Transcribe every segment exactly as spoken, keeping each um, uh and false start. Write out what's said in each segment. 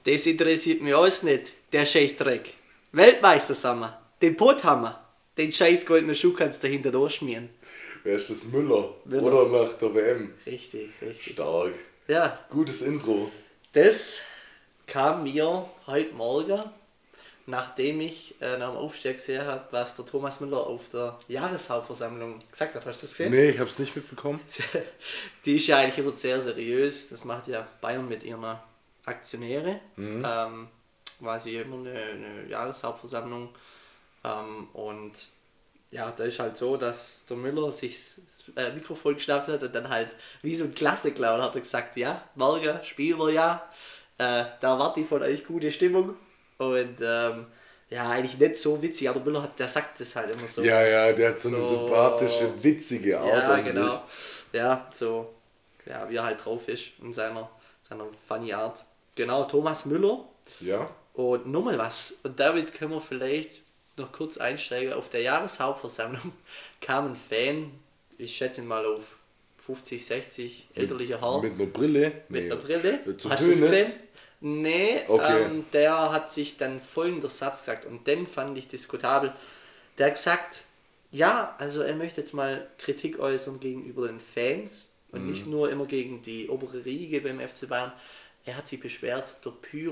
Das interessiert mich alles nicht, der Scheißdreck. Weltmeister sind wir, den Pott haben wir. Den scheiß goldenen Schuh kannst du dahinter durchschmieren. Wer ist das? Müller? Müller. Oder nach der W M? Richtig, richtig. Stark. Ja. Gutes Intro. Das kam mir heute Morgen, nachdem ich äh, nach dem Aufstieg gesehen habe, was der Thomas Müller auf der Jahreshauptversammlung gesagt hat. Hast du das gesehen? Nee, ich hab's nicht mitbekommen. Die ist ja eigentlich immer sehr seriös. Das macht ja Bayern mit ihren Aktionäre. Mhm. Ähm, quasi immer eine, eine Jahreshauptversammlung. Ähm, und ja, da ist halt so, dass der Müller sich das äh, Mikrofon geschnappt hat und dann halt wie so ein Klassenclown hat er gesagt, ja, morgen spielen wir ja. Äh, da warte ich von euch gute Stimmung. Und ähm, ja, eigentlich nicht so witzig, aber Müller hat, der sagt das halt immer so. Ja, ja, der hat so, so eine sympathische, witzige Art ja, an genau. sich. Ja, so, ja, wie er halt drauf ist in seiner, seiner funny Art. Genau, Thomas Müller. Ja. Und nochmal was, und damit können wir vielleicht noch kurz einsteigen. Auf der Jahreshauptversammlung kam ein Fan, ich schätze ihn mal auf fünfzig, sechzig, elterlicher Haar. Mit einer Brille? Mit nee. einer Brille. Zu Hast du es Hönes? gesehen? Nee, okay. ähm, der hat sich dann folgender Satz gesagt und den fand ich diskutabel. Der hat gesagt, ja, also er möchte jetzt mal Kritik äußern gegenüber den Fans und mhm. nicht nur immer gegen die obere Riege beim F C Bayern. Er hat sich beschwert, der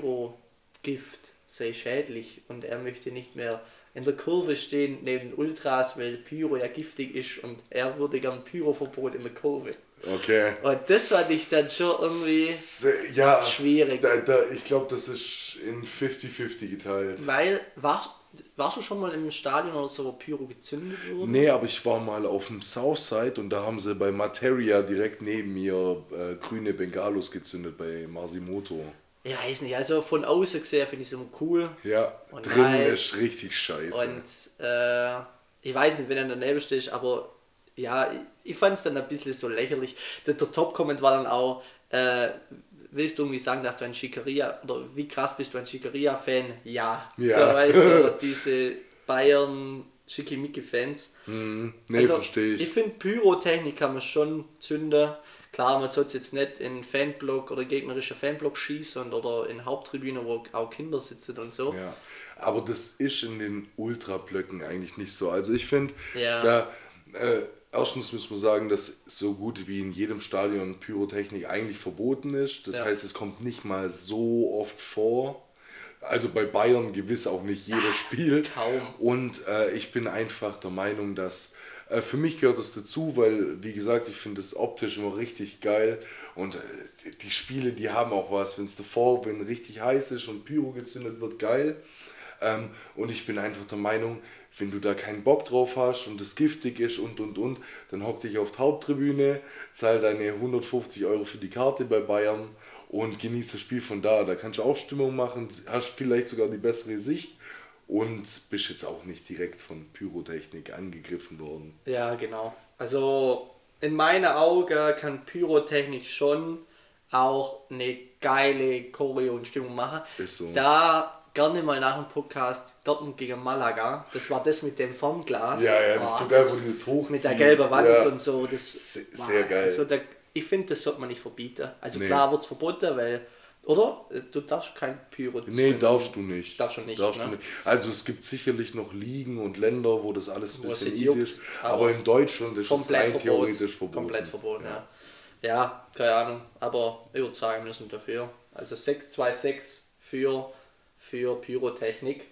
Pyro-Gift sei schädlich und er möchte nicht mehr in der Kurve stehen neben den Ultras, weil Pyro ja giftig ist und er würde gern Pyroverbot in der Kurve. Okay. Und das fand ich dann schon irgendwie S- ja, schwierig. Da, da, ich glaube, das ist in fünfzig fünfzig geteilt. Weil, warst, warst du schon mal im Stadion oder so, wo Pyro gezündet wurde? Nee, aber ich war mal auf dem Southside und da haben sie bei Materia direkt neben mir äh, grüne Bengalos gezündet bei Masimoto. Ja, weiß nicht, also von außen gesehen finde ich es immer cool. Ja, und drin nice. ist richtig scheiße. Und äh, ich weiß nicht, wenn er daneben steht, aber ja, ich, ich fand es dann ein bisschen so lächerlich. Der, der Top-Comment war dann auch, äh, willst du irgendwie sagen, dass du ein Schickeria, oder wie krass bist du ein Schickeria-Fan? Ja. Ja. So, weißt du, diese Bayern Schickimicki-Fans. Hm, nee, also, verstehe ich. Ich finde, Pyrotechnik kann man schon zünden. Klar, man soll es jetzt nicht in Fanblock oder gegnerischer Fanblock schießen oder in Haupttribüne, wo auch Kinder sitzen und so. Ja, aber das ist in den Ultrablöcken eigentlich nicht so. Also ich finde, Ja. da äh, erstens muss man sagen, dass so gut wie in jedem Stadion Pyrotechnik eigentlich verboten ist. Das Ja. heißt, es kommt nicht mal so oft vor. Also bei Bayern gewiss auch nicht jedes Spiel. Kaum. Und äh, ich bin einfach der Meinung, dass äh, für mich gehört das dazu, weil, wie gesagt, ich finde das optisch immer richtig geil. Und äh, die Spiele, die haben auch was, wenn es davor, wenn richtig heiß ist und Pyro gezündet wird, geil. Ähm, und ich bin einfach der Meinung, wenn du da keinen Bock drauf hast und es giftig ist und und und, dann hock dich auf die Haupttribüne, zahl deine hundertfünfzig Euro für die Karte bei Bayern und genieß das Spiel von da. Da kannst du auch Stimmung machen, hast vielleicht sogar die bessere Sicht und bist jetzt auch nicht direkt von Pyrotechnik angegriffen worden. Ja, genau. Also in meinen Augen kann Pyrotechnik schon auch eine geile Choreo und Stimmung machen. Ist so. Da gerne mal nach dem Podcast Dortmund gegen Malaga. Das war das mit dem Formglas. Ja, ja, das ist so geil, wo die das hochziehen. Mit der gelben Wand ja. und so. Das Se- war- sehr geil. Also der, ich finde, das sollte man nicht verbieten. Also Nee. klar wird es verboten, weil... Oder? Du darfst kein Pyro Nee, zünden. darfst du nicht. Darfst du nicht, Darfst ne? du nicht. Also es gibt sicherlich noch Ligen und Länder, wo das alles ein Wo es bisschen jetzt easy juckt, ist. aber Aber in Deutschland ist es Komplett rein Verbot. theoretisch verboten. Komplett verboten, ja. ja. Ja, keine Ahnung. Aber ich würde sagen, wir sind dafür. Also sechs zwei sechs für, für Pyrotechnik.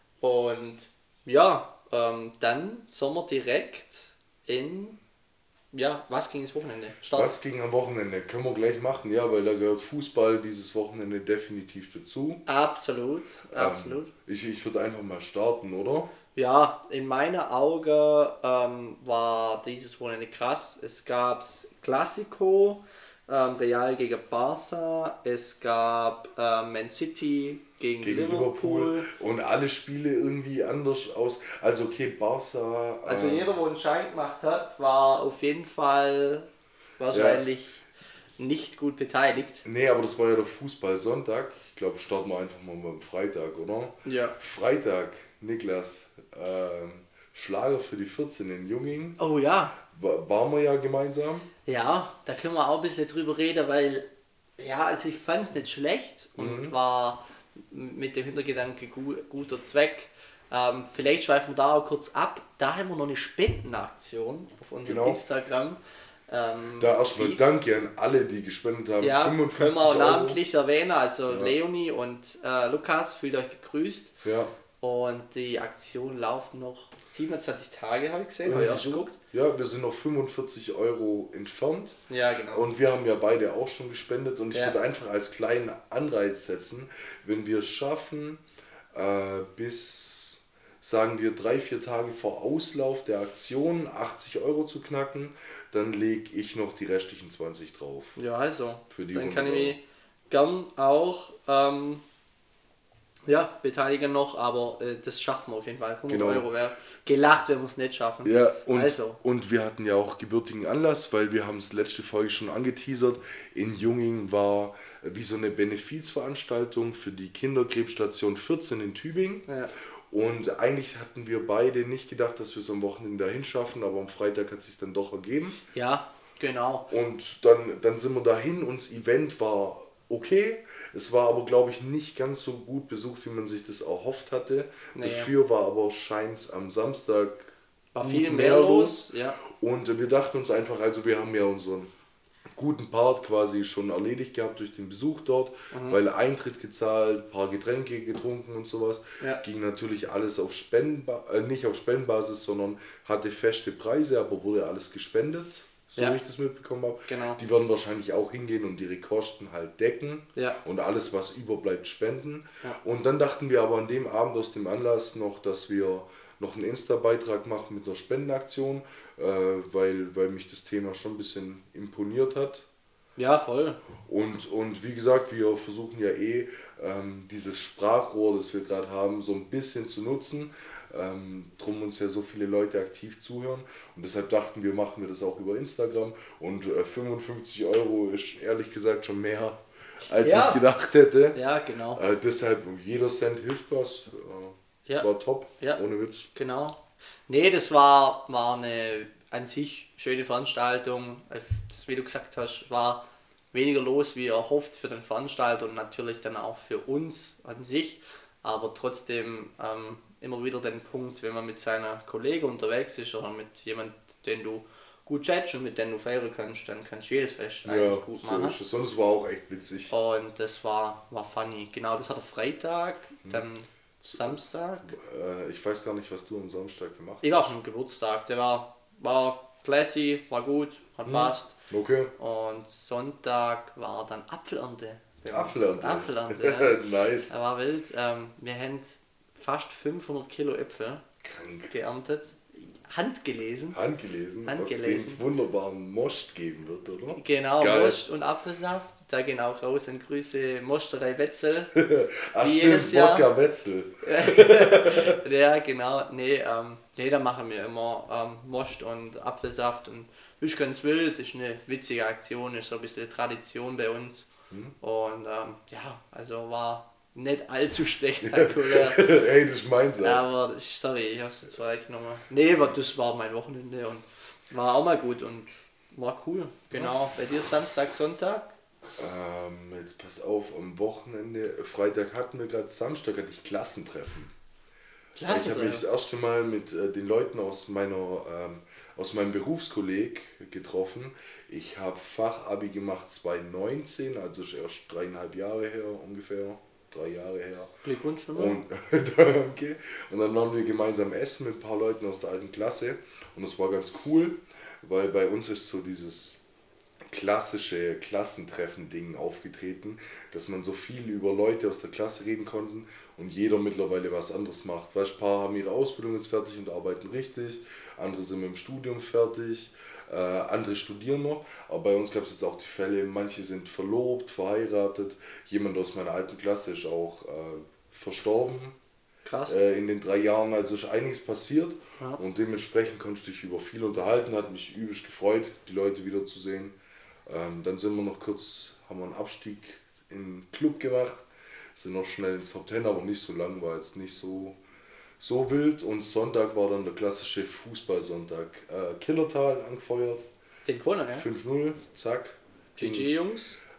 Und ja, ähm, dann sollen wir direkt in... Ja, was ging das Wochenende? Start. Was ging am Wochenende? Können wir gleich machen, ja, weil da gehört Fußball dieses Wochenende definitiv dazu. Absolut, absolut. Ähm, ich ich würde einfach mal starten, oder? Ja, in meinen Augen ähm, war dieses Wochenende krass. Es gab Clasico, ähm, Real gegen Barca, es gab ähm, Man City gegen, Gegen Liverpool. Liverpool. Und alle Spiele irgendwie anders aus. Also okay, Barca. Also ähm, jeder, der einen Schein gemacht hat, war auf jeden Fall wahrscheinlich nicht gut beteiligt. Nee, aber das war ja der Fußball-Sonntag. Ich glaube, starten wir einfach mal beim Freitag, oder? Ja. Freitag, Niklas, ähm, Schlager für die vierzehn in Junging. Oh ja. Wa- Waren wir ja gemeinsam. Ja, da können wir auch ein bisschen drüber reden, weil ja, also ich fand es nicht schlecht und Mhm. war mit dem Hintergedanke gu- guter Zweck. Ähm, vielleicht schweifen wir da auch kurz ab. Da haben wir noch eine Spendenaktion auf unserem Genau. Instagram. Ähm, Da erstmal Feed. danke an alle, die gespendet haben. Ja, fünfundfünfzig können wir auch Euro. namentlich erwähnen. Also Ja. Leonie und äh, Lukas, fühlt euch gegrüßt. Ja. Und die Aktion läuft noch siebenundzwanzig Tage, habe ich gesehen. Habe ich erst geguckt. Ja, wir sind noch fünfundvierzig Euro entfernt. Ja, genau. Und wir haben ja beide auch schon gespendet. Und ich Ja. würde einfach als kleinen Anreiz setzen, wenn wir es schaffen, äh, bis, sagen wir, drei, vier Tage vor Auslauf der Aktion achtzig Euro zu knacken, dann lege ich noch die restlichen zwanzig drauf. Ja, also. Für die dann kann ich hundert mich gern auch ähm, ja, beteiligen noch, aber äh, das schaffen wir auf jeden Fall. hundert Genau. Euro wäre gelacht, wenn wir es nicht schaffen. Ja, und, also. und wir hatten ja auch gebürtigen Anlass, weil wir haben es letzte Folge schon angeteasert. In Junging war wie so eine Benefizveranstaltung für die Kinderkrebsstation vierzehn in Tübingen. Ja. Und eigentlich hatten wir beide nicht gedacht, dass wir es am Wochenende dahin schaffen, aber am Freitag hat es sich dann doch ergeben. Ja, genau. Und dann, dann sind wir dahin und das Event war okay. Es war aber, glaube ich, nicht ganz so gut besucht, wie man sich das erhofft hatte. Nee. Dafür war aber scheint's am Samstag War gut viel mehr los. Ja. Und äh, wir dachten uns einfach, also wir haben ja unseren guten Part quasi schon erledigt gehabt durch den Besuch dort, Mhm. weil Eintritt gezahlt, paar Getränke getrunken und sowas. Ja. Ging natürlich alles auf Spendenba äh, nicht auf Spendenbasis, sondern hatte feste Preise, aber wurde alles gespendet, so Ja. wie ich das mitbekommen habe. Genau. Die werden wahrscheinlich auch hingehen und ihre Kosten halt decken Ja. und alles, was überbleibt, spenden. Ja. Und dann dachten wir aber an dem Abend aus dem Anlass noch, dass wir noch einen Insta-Beitrag machen mit einer Spendenaktion, äh, weil, weil mich das Thema schon ein bisschen imponiert hat. Ja, voll. Und, und wie gesagt, wir versuchen ja eh ähm, dieses Sprachrohr, das wir gerade haben, so ein bisschen zu nutzen. Ähm, drum uns ja so viele Leute aktiv zuhören. Und deshalb dachten wir, machen wir das auch über Instagram. Und äh, fünfundfünfzig Euro ist ehrlich gesagt schon mehr, als Ja. ich gedacht hätte. Ja, genau. Äh, deshalb, jeder Cent hilft was. Äh, Ja. War top, Ja. ohne Witz. Genau. Nee, das war, war eine an sich schöne Veranstaltung. Das, wie du gesagt hast, war weniger los wie erhofft für den Veranstalter und natürlich dann auch für uns an sich. Aber trotzdem ähm, immer wieder den Punkt, wenn man mit seiner Kollege unterwegs ist oder mit jemandem, den du gut schätzt und mit dem du feiern kannst, dann kannst du jedes Fest eigentlich Ja, gut so machen. ist es. Sonst war auch echt witzig. Und das war, war funny. Genau, das hat er Freitag, Mhm. dann Samstag. Äh, ich weiß gar nicht, was du am Samstag gemacht Ich war auf einem Geburtstag, der war, war classy, war gut, hat passt. hast. Okay. Und Sonntag war dann Apfelernte. bei uns. Apfelernte. Apfelernte, ja. Nice. Er war wild. Ähm, wir haben fast fünfhundert Kilo Äpfel Krank. geerntet. Handgelesen. Handgelesen, Handgelesen. was den wunderbaren Most geben wird, oder? Genau, Geil. Most und Apfelsaft. Da gehen auch raus und Grüße Mosterei Wetzel. Ach Wie stimmt, jedes Jahr. Wodka Wetzel. Ja, genau. Nee, ähm, nee, da machen wir immer ähm, Most und Apfelsaft und ist ganz wild, ist eine witzige Aktion, ist so ein bisschen Tradition bei uns. Und ähm, ja, also war nicht allzu spektakulär. Ey, das ist mein Satz. Aber das ist- sorry, ich hab's jetzt vorweggenommen. Nee, wa- das war mein Wochenende und war auch mal gut und war cool. Genau. Bei dir Samstag, Sonntag? Ähm, jetzt pass auf, am Wochenende, Freitag hatten wir gerade, Samstag hatte ich Klassentreffen. Ich habe mich das erste Mal mit äh, den Leuten aus meiner ähm, aus meinem Berufskolleg getroffen. Ich habe Fachabi gemacht zweitausendneunzehn, also ist erst dreieinhalb Jahre her ungefähr, drei Jahre her. Glückwunsch schon mal. Und, danke. Und dann waren wir gemeinsam essen mit ein paar Leuten aus der alten Klasse und das war ganz cool, weil bei uns ist so dieses klassische Klassentreffen-Ding aufgetreten, dass man so viel über Leute aus der Klasse reden konnten und jeder mittlerweile was anderes macht. Weißt, ein paar haben ihre Ausbildung jetzt fertig und arbeiten richtig, andere sind mit dem Studium fertig, äh, andere studieren noch, aber bei uns gab es jetzt auch die Fälle, manche sind verlobt, verheiratet, jemand aus meiner alten Klasse ist auch äh, verstorben. Krass. Äh, in den drei Jahren, also ist einiges passiert Ja. und dementsprechend konnte ich dich über viel unterhalten, hat mich übelst gefreut, die Leute wiederzusehen. Ähm, dann sind wir noch kurz, haben wir einen Abstieg in den Club gemacht, sind noch schnell ins Top Ten, aber nicht so lang, war jetzt nicht so, so wild. Und Sonntag war dann der klassische Fußballsonntag. Äh, Killertal angefeuert, Den gewonnen, ja? fünf null, zack. G G, Jungs.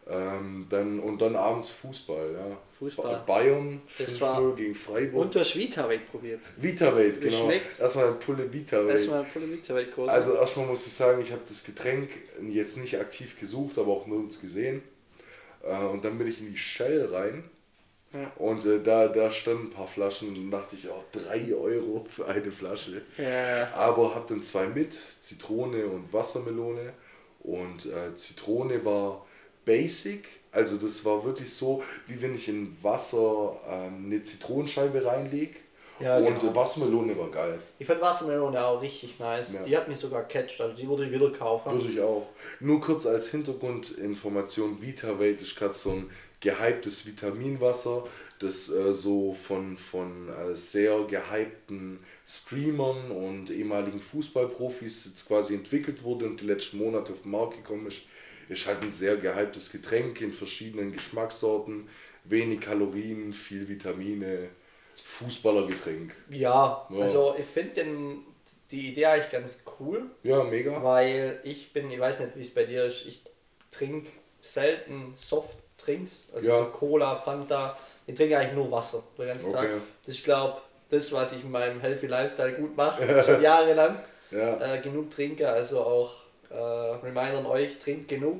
Ähm, dann, und dann abends Fußball, ja. Fußball. Bayern fünf null gegen Freiburg. Und du hast Vitaweight probiert. Vitaweight, genau. Schmeckt's? Erstmal ein Pulle Vitaweight. Erstmal ein Pulle Vitaweight groß. Also erstmal muss ich sagen, ich habe das Getränk jetzt nicht aktiv gesucht, aber auch nirgends gesehen. Äh, und dann bin ich in die Shell rein. Ja. Und äh, da, da standen ein paar Flaschen und dann dachte ich, auch oh, drei Euro für eine Flasche. Ja. Aber habe dann zwei mit, Zitrone und Wassermelone. Und äh, Zitrone war basic, also das war wirklich so, wie wenn ich in Wasser ähm, eine Zitronenscheibe reinlege. Ja, und genau. Wassermelone war geil. Ich fand Wassermelone auch richtig nice. Ja. Die hat mich sogar catcht, also die würde ich wieder kaufen. Würde ich auch. Nur kurz als Hintergrundinformation, Vitaweight ist gerade so ein gehyptes Vitaminwasser, das äh, so von, von äh, sehr gehypten Streamern und ehemaligen Fußballprofis jetzt quasi entwickelt wurde und die letzten Monate auf den Markt gekommen ist. Ist halt ein sehr gehyptes Getränk in verschiedenen Geschmackssorten, wenig Kalorien, viel Vitamine, Fußballergetränk. Ja, ja. Also ich finde die Idee eigentlich ganz cool. Ja, mega. Weil ich bin, ich weiß nicht wie es bei dir ist, ich trinke selten Softdrinks, also ja. so Cola, Fanta, ich trinke eigentlich nur Wasser den ganzen okay. Tag. Das ist, glaube das, was ich in meinem Healthy Lifestyle gut mache, schon jahrelang. Ja. Äh, genug trinke, also auch äh, Reminder an euch, trinkt genug.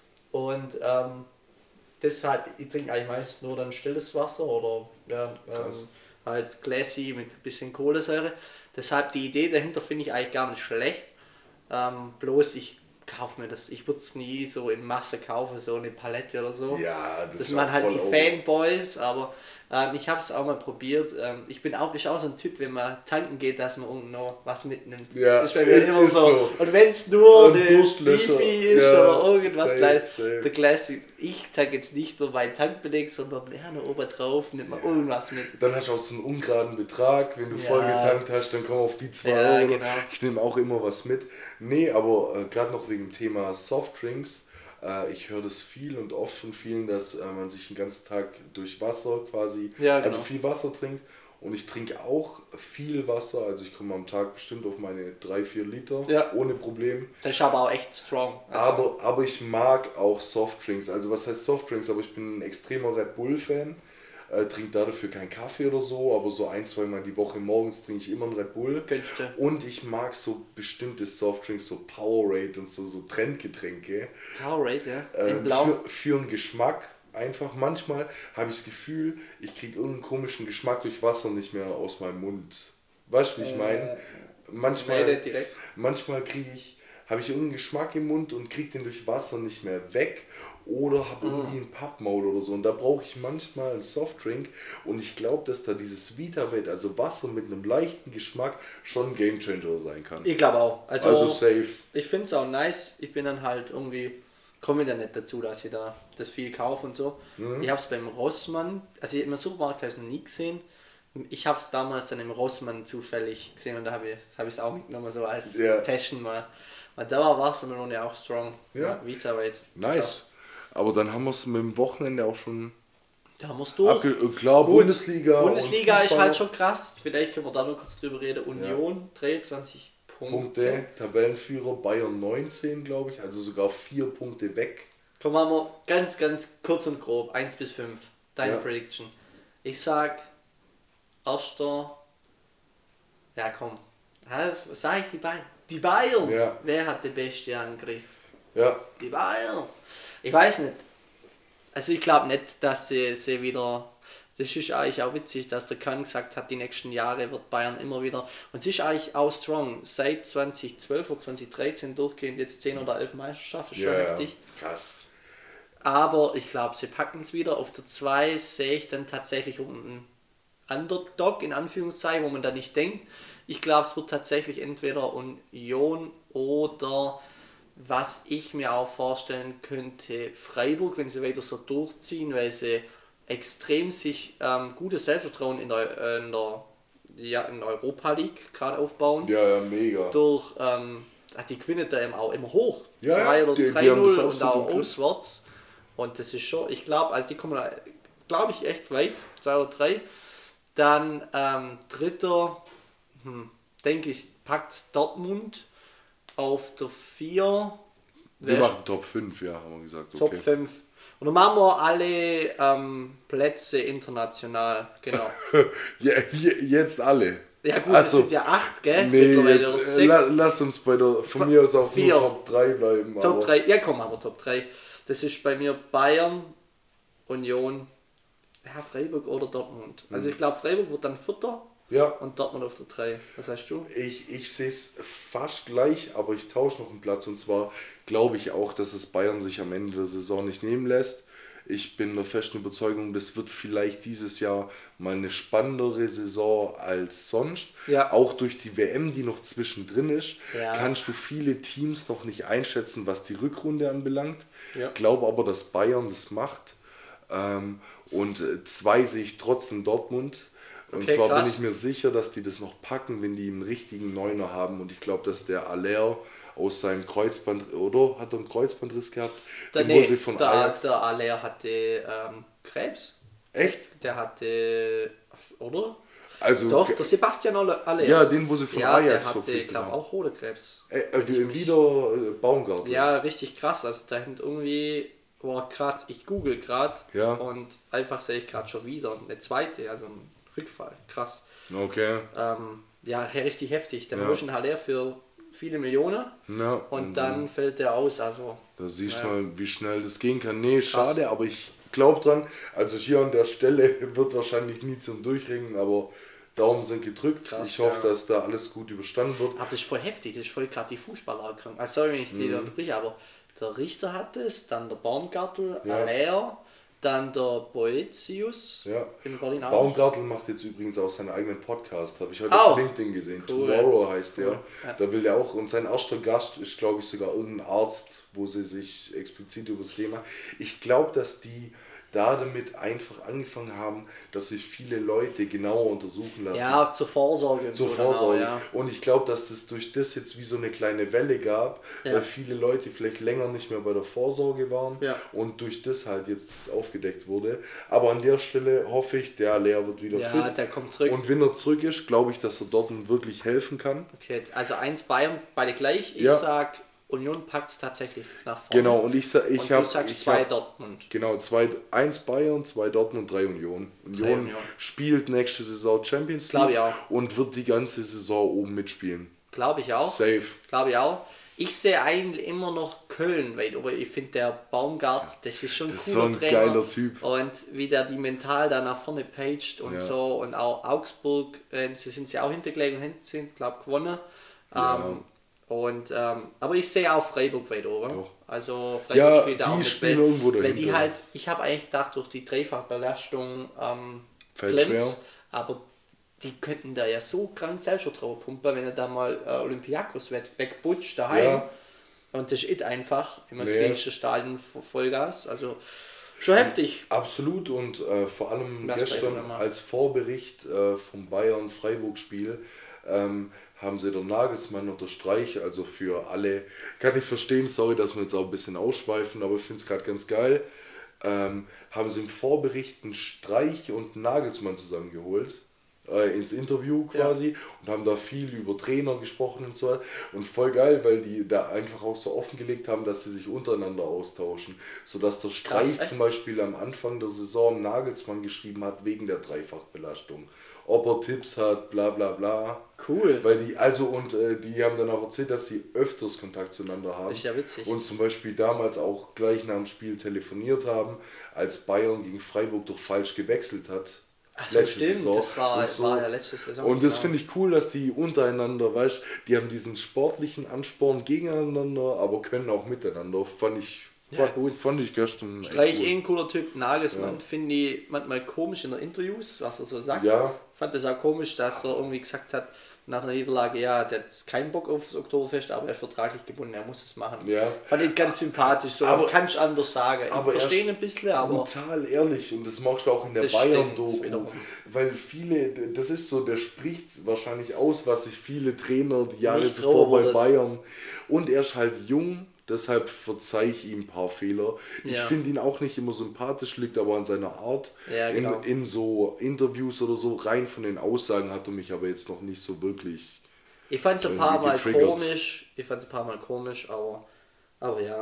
Und ähm, deshalb, ich trinke eigentlich meistens nur dann stilles Wasser oder ja, ähm, halt Glassy mit ein bisschen Kohlensäure. Deshalb die Idee dahinter finde ich eigentlich gar nicht schlecht. Ähm, bloß ich kaufe mir das, ich würde es nie so in Masse kaufen, so eine Palette oder so. Ja, das, das ist man halt die over. Fanboys, aber ähm, ich habe es auch mal probiert. Ähm, ich bin auch, ich auch so ein Typ, wenn man tanken geht, dass man irgendwo noch was mitnimmt. Ja, das ist bei mir immer so. so. Und wenn es nur eine Beefy ist ja, oder irgendwas, safe, safe. Der Classic. Ich tanke jetzt nicht nur meinen Tankbeleg, sondern ja, noch oben drauf nimmt man ja. irgendwas mit. Dann hast du auch so einen ungeraden Betrag, wenn du ja. voll getankt hast, dann komm auf die zwei ja, Euro. Genau. Ich nehme auch immer was mit. Nee, aber äh, gerade noch wegen dem Thema Softdrinks, äh, ich höre das viel und oft von vielen, dass äh, man sich den ganzen Tag durch Wasser quasi, ja, genau. also viel Wasser trinkt. Und ich trinke auch viel Wasser, also ich komme am Tag bestimmt auf meine drei, vier Liter, ja. ohne Problem. Das ist aber auch echt strong. Also. Aber, aber ich mag auch Softdrinks, also was heißt Softdrinks, aber ich bin ein extremer Red Bull-Fan. Äh, trinke dafür keinen Kaffee oder so, aber so ein, zwei Mal die Woche morgens trinke ich immer einen Red Bull. Könnte. Und ich mag so bestimmte Softdrinks, so Powerade und so, so Trendgetränke. Powerade, ja. In äh, Blau. Für, für einen Geschmack einfach. Manchmal habe ich das Gefühl, ich kriege irgendeinen komischen Geschmack durch Wasser nicht mehr aus meinem Mund. Weißt du, wie ich meine? Manchmal, nee, direkt. manchmal kriege ich, habe ich irgendeinen Geschmack im Mund und kriege den durch Wasser nicht mehr weg. Oder habe irgendwie einen Pappmaul oder so. Und da brauche ich manchmal einen Softdrink. Und ich glaube, dass da dieses Vitaweight, also Wasser mit einem leichten Geschmack, schon ein Gamechanger sein kann. Ich glaube auch. Also, also safe. Ich finde es auch nice. Ich bin dann halt irgendwie, komme da nicht dazu, dass ich da das viel kaufe und so. Mhm. Ich habe es beim Rossmann, also im Supermarkt habe ich es noch nie gesehen. Ich habe es damals dann im Rossmann zufällig gesehen und da habe ich es hab auch mitgenommen, so als ja. Testen mal. Und da war Wassermelone auch strong. Ja. Ja, Vitaweight. Nice. Klar. Aber dann haben wir es mit dem Wochenende auch schon. Da haben wir es durch. Abge- klar, Gut. Bundesliga. Bundesliga ist halt schon krass. Vielleicht können wir da noch kurz drüber reden. Union, ja. dreiundzwanzig Punkte. Punkte. Tabellenführer Bayern neunzehn, glaube ich. Also sogar vier Punkte weg. Komm, machen wir ganz, ganz kurz und grob. eins bis fünf. Deine ja. Prediction. Ich sag, erster. Ja, komm. Was sag ich? Die Bayern. Die Bayern. Ja. Wer hat den besten Angriff? Ja. Die Bayern. Ich weiß nicht. Also ich glaube nicht, dass sie, sie wieder... Das ist eigentlich auch witzig, dass der Kahn gesagt hat, die nächsten Jahre wird Bayern immer wieder... Und es ist eigentlich auch strong. Seit zwanzig zwölf oder zwanzig dreizehn durchgehend jetzt zehn oder elf Meisterschaften. Ist schon ja, heftig. Krass. Aber ich glaube, sie packen es wieder. Auf der zwei sehe ich dann tatsächlich um einen Underdog, in Anführungszeichen, wo man da nicht denkt. Ich glaube, es wird tatsächlich entweder Union oder... Was ich mir auch vorstellen könnte, Freiburg, wenn sie weiter so durchziehen, weil sie extrem sich ähm, gutes Selbstvertrauen in der, äh, in der ja, in Europa League gerade aufbauen. Ja, ja, mega. Durch, ähm, die gewinnen da eben auch immer hoch. Ja, zwei oder die, drei null und auch auswärts. Und das ist schon, ich glaube, also die kommen, glaube ich, echt weit, zwei oder drei. Dann ähm, dritter, hm, denke ich, packt Dortmund. Auf der vier. Wir machen Top fünf, ja, haben wir gesagt. Okay. Top fünf. Und dann machen wir alle ähm, Plätze international, genau. ja, jetzt alle. Ja gut, also, das sind ja acht, gell? Nee, Mittlerweile jetzt, oder äh, sechs. la, lass uns bei der, von mir aus auch vier. nur Top drei bleiben. Top aber drei, ja komm, machen wir Top drei. Das ist bei mir Bayern, Union, ja, Freiburg oder Dortmund. Also ich glaube Freiburg wird dann Vierter ja. und Dortmund auf der drei. Was sagst du? Ich, ich sehe es fast gleich, aber ich tausche noch einen Platz. Und zwar glaube ich auch, dass es Bayern sich am Ende der Saison nicht nehmen lässt. Ich bin der festen Überzeugung, das wird vielleicht dieses Jahr mal eine spannendere Saison als sonst. Ja. Auch durch die W M, die noch zwischendrin ist, Ja. kannst du viele Teams noch nicht einschätzen, was die Rückrunde anbelangt. Ja. Glaube aber, dass Bayern das macht. Ähm, und äh, zwei sehe ich trotzdem Dortmund. Und Okay, zwar krass. bin ich mir sicher, dass die das noch packen, wenn die einen richtigen Neuner haben. Und ich glaube, dass der Aller aus seinem Kreuzband, oder? Hat er einen Kreuzbandriss gehabt? Der, Den, nee, wo sie von der, Ajax. der Aller hatte ähm, Krebs. Echt? Der hatte, oder? Also, Doch, der Sebastian Aller. ja, den, wo sie von ja, Ajax der hatte, verpflichtet glaube haben. auch Hodenkrebs. Äh, Wenn äh, ich mich- wieder äh, Baumgartel. Ja, richtig krass. Also da hinten irgendwie war gerade, ich google gerade Ja. und einfach sehe ich gerade schon wieder eine zweite, also ein Rückfall. Krass. Okay. Ähm, ja, he- richtig heftig. Dann Ja. holst du einen Haller für viele Millionen Ja, und dann fällt der aus. Also Da siehst du Ja. mal, wie schnell das gehen kann. Nee, schade, aber ich glaube dran. Also hier an der Stelle wird wahrscheinlich nie zum Durchringen, aber Daumen sind gedrückt. Krass, ich hoffe, ja. dass da alles gut überstanden wird. aber das ist voll heftig, das ist voll gerade die Fußballerkrankung. Also sorry, wenn ich Mhm. die unterbreche, aber der Richter hat es, dann der Baumgartel, Ja. Aller, dann der Boetius Ja. in Berlin auch. Baumgartel macht jetzt übrigens auch seinen eigenen Podcast, habe ich heute Oh. auf LinkedIn gesehen. Cool. Tomorrow heißt der. Cool. Ja. Da will der auch, und sein erster Gast ist, glaube ich, sogar irgendein Arzt, wo sie sich explizit über das Thema. Ich glaube, dass die da damit einfach angefangen haben, dass sich viele Leute genauer untersuchen lassen. Ja, zur Vorsorge und Zur so. Vorsorge. Dann auch, ja. Und ich glaube, dass das durch das jetzt wie so eine kleine Welle gab, Ja. weil viele Leute vielleicht länger nicht mehr bei der Vorsorge waren Ja. und durch das halt jetzt aufgedeckt wurde. Aber an der Stelle hoffe ich, der Lehrer wird wieder Ja, fit. der kommt zurück. Und wenn er zurück ist, glaube ich, dass er dort wirklich helfen kann. Okay, also eins Bayern, beide gleich. Ich Ja. sag, Union packt es tatsächlich nach vorne. Genau, und ich, sa- ich und habe... du sagst ich zwei hab, Dortmund. Genau, zwei, eins Bayern, zwei Dortmund, drei Union. Union Union. spielt nächste Saison Champions Glaub League ich auch. und wird die ganze Saison oben mitspielen. Glaube ich auch. Safe. Glaube ich auch. Ich sehe eigentlich immer noch Köln, weil aber ich finde der Baumgart, das ist schon ein Das ist cooler so ein Trainer. geiler Typ. Und wie der die mental da nach vorne paged und Ja. so. Und auch Augsburg, äh, sie sind ja auch hintergelegen und hinten sind, glaube ich, gewonnen. Ja. Ähm, und, ähm, aber ich sehe auch Freiburg weit oben. Doch. Also Freiburg Ja, spielt da die auch mit, spielen weil, irgendwo weil die dahinter. halt, ich habe eigentlich gedacht, durch die Dreifachbelastung ähm, Fällt glänzt, schwer. aber die könnten da ja so krank Selbstvertrauen pumpen, wenn er da mal äh, Olympiakos weg, wegbutscht daheim. Ja. Und das ist nicht einfach, im Nee. griechischen Stadion Vo- Vollgas. Also schon heftig. Absolut, und äh, vor allem Das gestern Freiburg immer. als Vorbericht äh, vom Bayern-Freiburg-Spiel ähm, haben sie der Nagelsmann unter Streich, also für alle, kann ich verstehen, sorry, dass wir jetzt auch ein bisschen ausschweifen, aber ich finde es gerade ganz geil, ähm, haben sie im Vorbericht einen Streich und einen Nagelsmann zusammengeholt. äh, ins Interview quasi und haben da viel über Trainer gesprochen und so. Und voll geil, weil die da einfach auch so offengelegt haben, dass sie sich untereinander austauschen. Sodass der Streich Krass, zum Beispiel am Anfang der Saison Nagelsmann geschrieben hat, wegen der Dreifachbelastung. Ob er Tipps hat, bla bla bla. Cool. Weil die, also und äh, die haben dann auch erzählt, dass sie öfters Kontakt zueinander haben. Ist ja witzig. Und zum Beispiel damals auch gleich nach dem Spiel telefoniert haben, als Bayern gegen Freiburg doch falsch gewechselt hat. Ach so, stimmt, das war, Und so. war ja letzte Saison. Und das genau. finde ich cool, dass die untereinander, weißt, die haben diesen sportlichen Ansporn gegeneinander, aber können auch miteinander. Fand ich, Ja, fand, gut. fand ich gestern. echt Streich cool. eh ein cooler Typ, Nagelsmann Ja. finde ich manchmal komisch in den Interviews, was er so sagt. Ja. Fand es auch komisch, dass er irgendwie gesagt hat, nach einer Niederlage, ja, der hat jetzt keinen Bock auf das Oktoberfest, aber er ist vertraglich gebunden, er muss es machen. Ja. Fand ich ganz sympathisch, so Aber- kann ich anders sagen. Ich aber er verstehe ist ein bisschen, aber brutal ehrlich und das machst du auch in der Das stimmt Bayern-Doku, wiederum. weil viele, das ist so, der spricht wahrscheinlich aus, was sich viele Trainer die Jahre Nicht zuvor bei trauen, Bayern, und er ist halt jung, deshalb verzeih ich ihm ein paar Fehler. Ich Ja. finde ihn auch nicht immer sympathisch, liegt aber an seiner Art. Ja, genau. in, in so Interviews oder so, rein von den Aussagen hat er mich aber jetzt noch nicht so wirklich... ich fand es ein paar irgendwie Mal getriggert. komisch, ich fand es ein paar Mal komisch, aber, aber ja.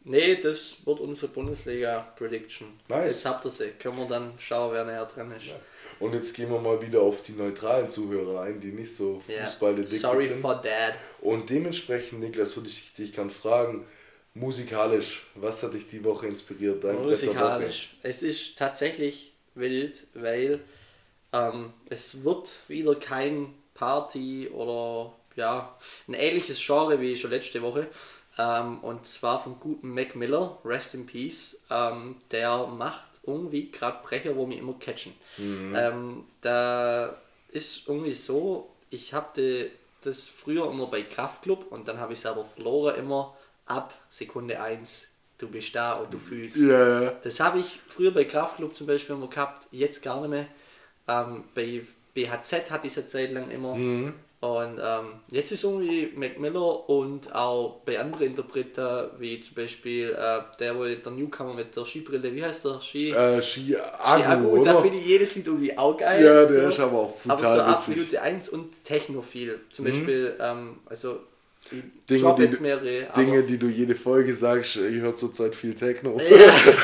Nee, das wird unsere Bundesliga-Prediction. Nice. Jetzt habt ihr sie. Können wir dann schauen, wer näher dran ist. Ja. Und jetzt gehen wir mal wieder auf die neutralen Zuhörer ein, die nicht so Fußball-addicted yeah. Sorry sind. for that. Und dementsprechend, Niklas, würde ich dich gerne fragen, musikalisch, was hat dich die Woche inspiriert? Dein musikalisch. Es ist tatsächlich wild, weil ähm, es wird wieder kein Party oder ja, ein ähnliches Genre wie schon letzte Woche. Ähm, und zwar vom guten Mac Miller, Rest in Peace. Ähm, der macht irgendwie gerade Brecher, wo mich immer catchen. Mhm. Ähm, da ist irgendwie so, ich hatte das früher immer bei Kraftklub und dann habe ich es aber verloren immer ab Sekunde eins. Du bist da und du fühlst. Yeah. Das habe ich früher bei Kraftklub zum Beispiel immer gehabt, jetzt gar nicht mehr. Ähm, bei B H Z hatte ich es eine Zeit lang immer. Mhm. Und ähm, jetzt ist irgendwie Mac Miller und auch bei anderen Interpreten, wie zum Beispiel äh, der, wo der Newcomer mit der Skibrille, wie heißt der? Ski, äh, Ski Agu, da finde ich jedes Lied irgendwie auch geil. Ja, der so. Ist aber auch brutal aber so ab witzig. Minute eins und Techno viel. Zum mhm. Beispiel, ähm, also ich Dinge, die, jetzt mehrere. Dinge, die du jede Folge sagst, ich höre zurzeit viel Techno. Ja.